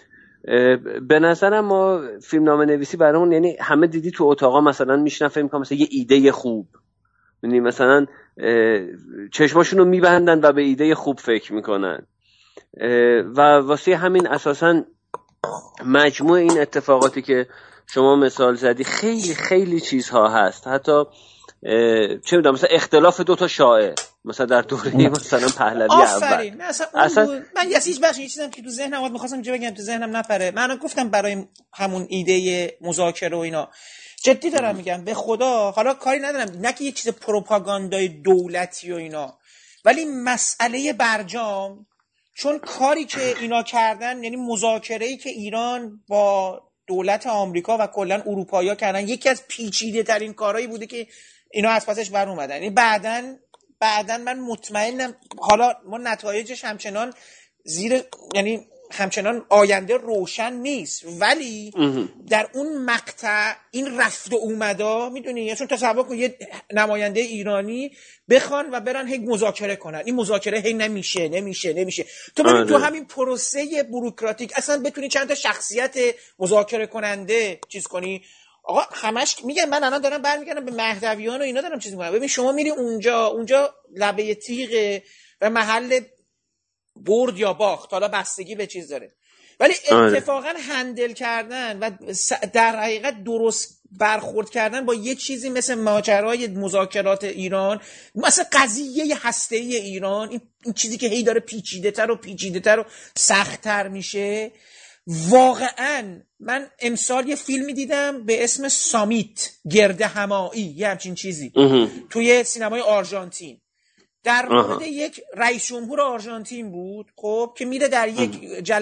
به نظرم ما فیلمنامه نویسی برامون یعنی همه دیدی تو اتاقا مثلا میشنن فکر می‌کنن مثلا یه ایده خوب، یعنی مثلا چشماشون رو میبندن و به ایده خوب فکر میکنن و واسه همین اساساً مجموع این اتفاقاتی که شما مثال زدی خیلی خیلی چیزها هست. حتی چه میدونم مثلا اختلاف دو تا شاعر مثلا در دوره مثلا پهلوی اول. اصلا من یه چیزی که تو ذهنم اومد می‌خواستم چه بگم تو ذهنم نپره. من گفتم برای همون ایده مذاکره و اینا جدی دارم میگم به خدا. حالا کاری ندارم نه که یه چیز پروپاگاندای دولتی و اینا، ولی مسئله برجام، چون کاری که اینا کردن یعنی مذاکره‌ای که ایران با دولت آمریکا و کلا اروپایی‌ها کردن یکی از پیچیده‌ترین کارهایی بوده که اینا از پسش بر اومدن. یعنی بعدن من مطمئنم حالا ما نتایجش همچنان یعنی همچنان آینده روشن نیست، ولی در اون مقطع این رفت و اومدا میدونی، چون تصور کن یه نماینده ایرانی بخوان و برن هی مذاکره کنن، این مذاکره هی نمیشه تو ببین تو همین پروسه بوروکراتیک اصلا بتونی چند تا شخصیت مذاکره کننده چیز کنی. آقا همش میگم من الان دارم برمیگردم به مهدویان و اینا دارم چیز میگم. ببین شما میری اونجا لبه تیغ و محل برد یا باخت، حالا بستگی به چیز داره، ولی اتفاقا هندل کردن و در حقیقت درست برخورد کردن با یه چیزی مثل ماجرای مذاکرات ایران، مثل قضیه هسته‌ای ایران، این چیزی که هی داره پیچیده‌تر و سخت‌تر میشه. واقعا من امسال یه فیلمی دیدم به اسم سامیت، گرده همایی، یه همچین چیزی توی سینمای آرژانتین، در مورد یک رئیس جمهور آرژانتین بود خب که میره در یک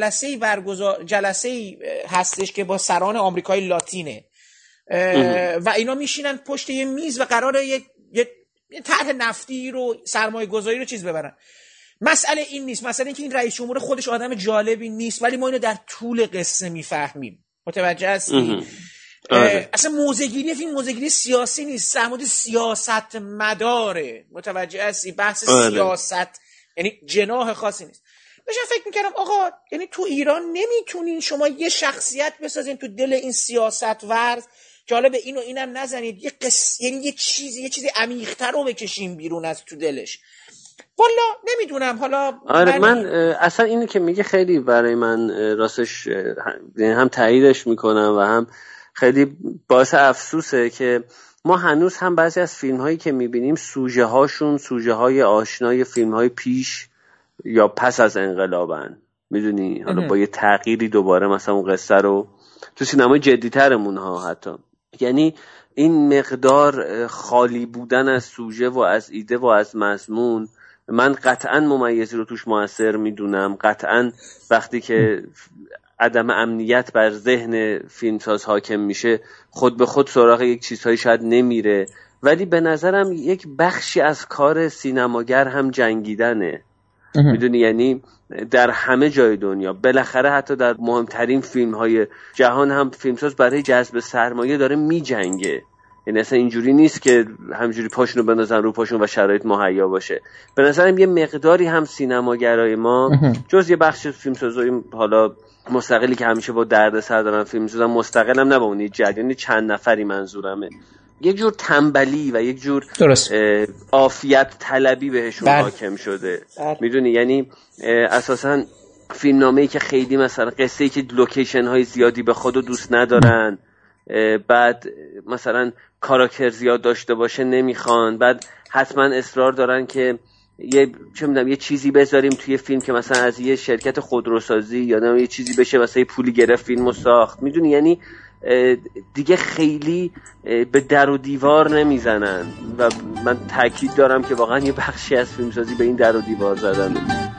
جلسه‌ای هستش که با سران آمریکای لاتینه و اینا میشینن پشت یه میز و قراره یه طرح نفتی رو سرمایه گذاری رو چیز ببرن. مسئله این نیست، مسئله این که این رئیس جمهور خودش آدم جالبی نیست، ولی ما اینو در طول قصه میفهمیم. متوجه هستی؟ اصلا موزگیری فیلم موزگیری سیاسی نیست، سمود سیاست مداره. متوجه هستی؟ بحث سیاست یعنی جناح خاصی نیست. داشتم فکر میکردم آقا یعنی تو ایران نمیتونین شما یه شخصیت بسازین تو دل این سیاست ورز که حالا به این و اینم نزنید، یعنی یه چیزی عمیق‌تر رو بکشیم بیرون از تو دلش. والا نمیدونم. حالا آره من اصلا اینی که میگه خیلی برای من راستش هم تاییدش میکنم و هم خیلی باعث افسوسه که ما هنوز هم بعضی از فیلم هایی که میبینیم سوژه های آشنای فیلم های پیش یا پس از انقلابن، میدونی، حالا با یه تغییری دوباره مثلا اون قصه رو تو سینمای جدی‌ترمون ها حتی، یعنی این مقدار خالی بودن از سوژه و از ایده و از مضمون من قطعاً ممیزی رو توش موثر میدونم. قطعاً وقتی که عدم امنیت بر ذهن فیلمساز حاکم میشه خود به خود سراغ یک چیزهایی شاید نمیره، ولی به نظرم یک بخشی از کار سینماگر هم جنگیدنه. میدونی، یعنی در همه جای دنیا بالاخره حتی در مهمترین فیلم‌های جهان هم فیلمساز برای جذب سرمایه داره میجنگه. یعنی اصلا اینجوری نیست که همجوری پاشونو بندازن رو پاشون و شرایط مهیا باشه. به نظرم یه مقداری هم سینماگرای ما جز یه بخش فیلمسازای حالا مستقلی که همیشه با دردسر دارن فیلم می‌سازن، مستقلم نه با اون جریانی چند نفری منظورمه، یک جور تنبلی و یک جور عافیت طلبی بهشون حاکم شده. میدونی یعنی اساساً فیلمنامه‌ای که خیلی مثلا قصه‌ای که لوکیشن های زیادی به خودو دوست ندارن، بعد مثلا کاراکتر زیاد داشته باشه نمیخوان، بعد حتما اصرار دارن که یه چیزی بذاریم توی فیلم که مثلا از یه شرکت خودروسازی یا یه چیزی بشه مثلا یه پولی گرفت فیلمو ساخت. میدونی یعنی دیگه خیلی به در و دیوار نمیزنن و من تاکید دارم که واقعا یه بخشی از فیلمسازی به این در و دیوار زدن.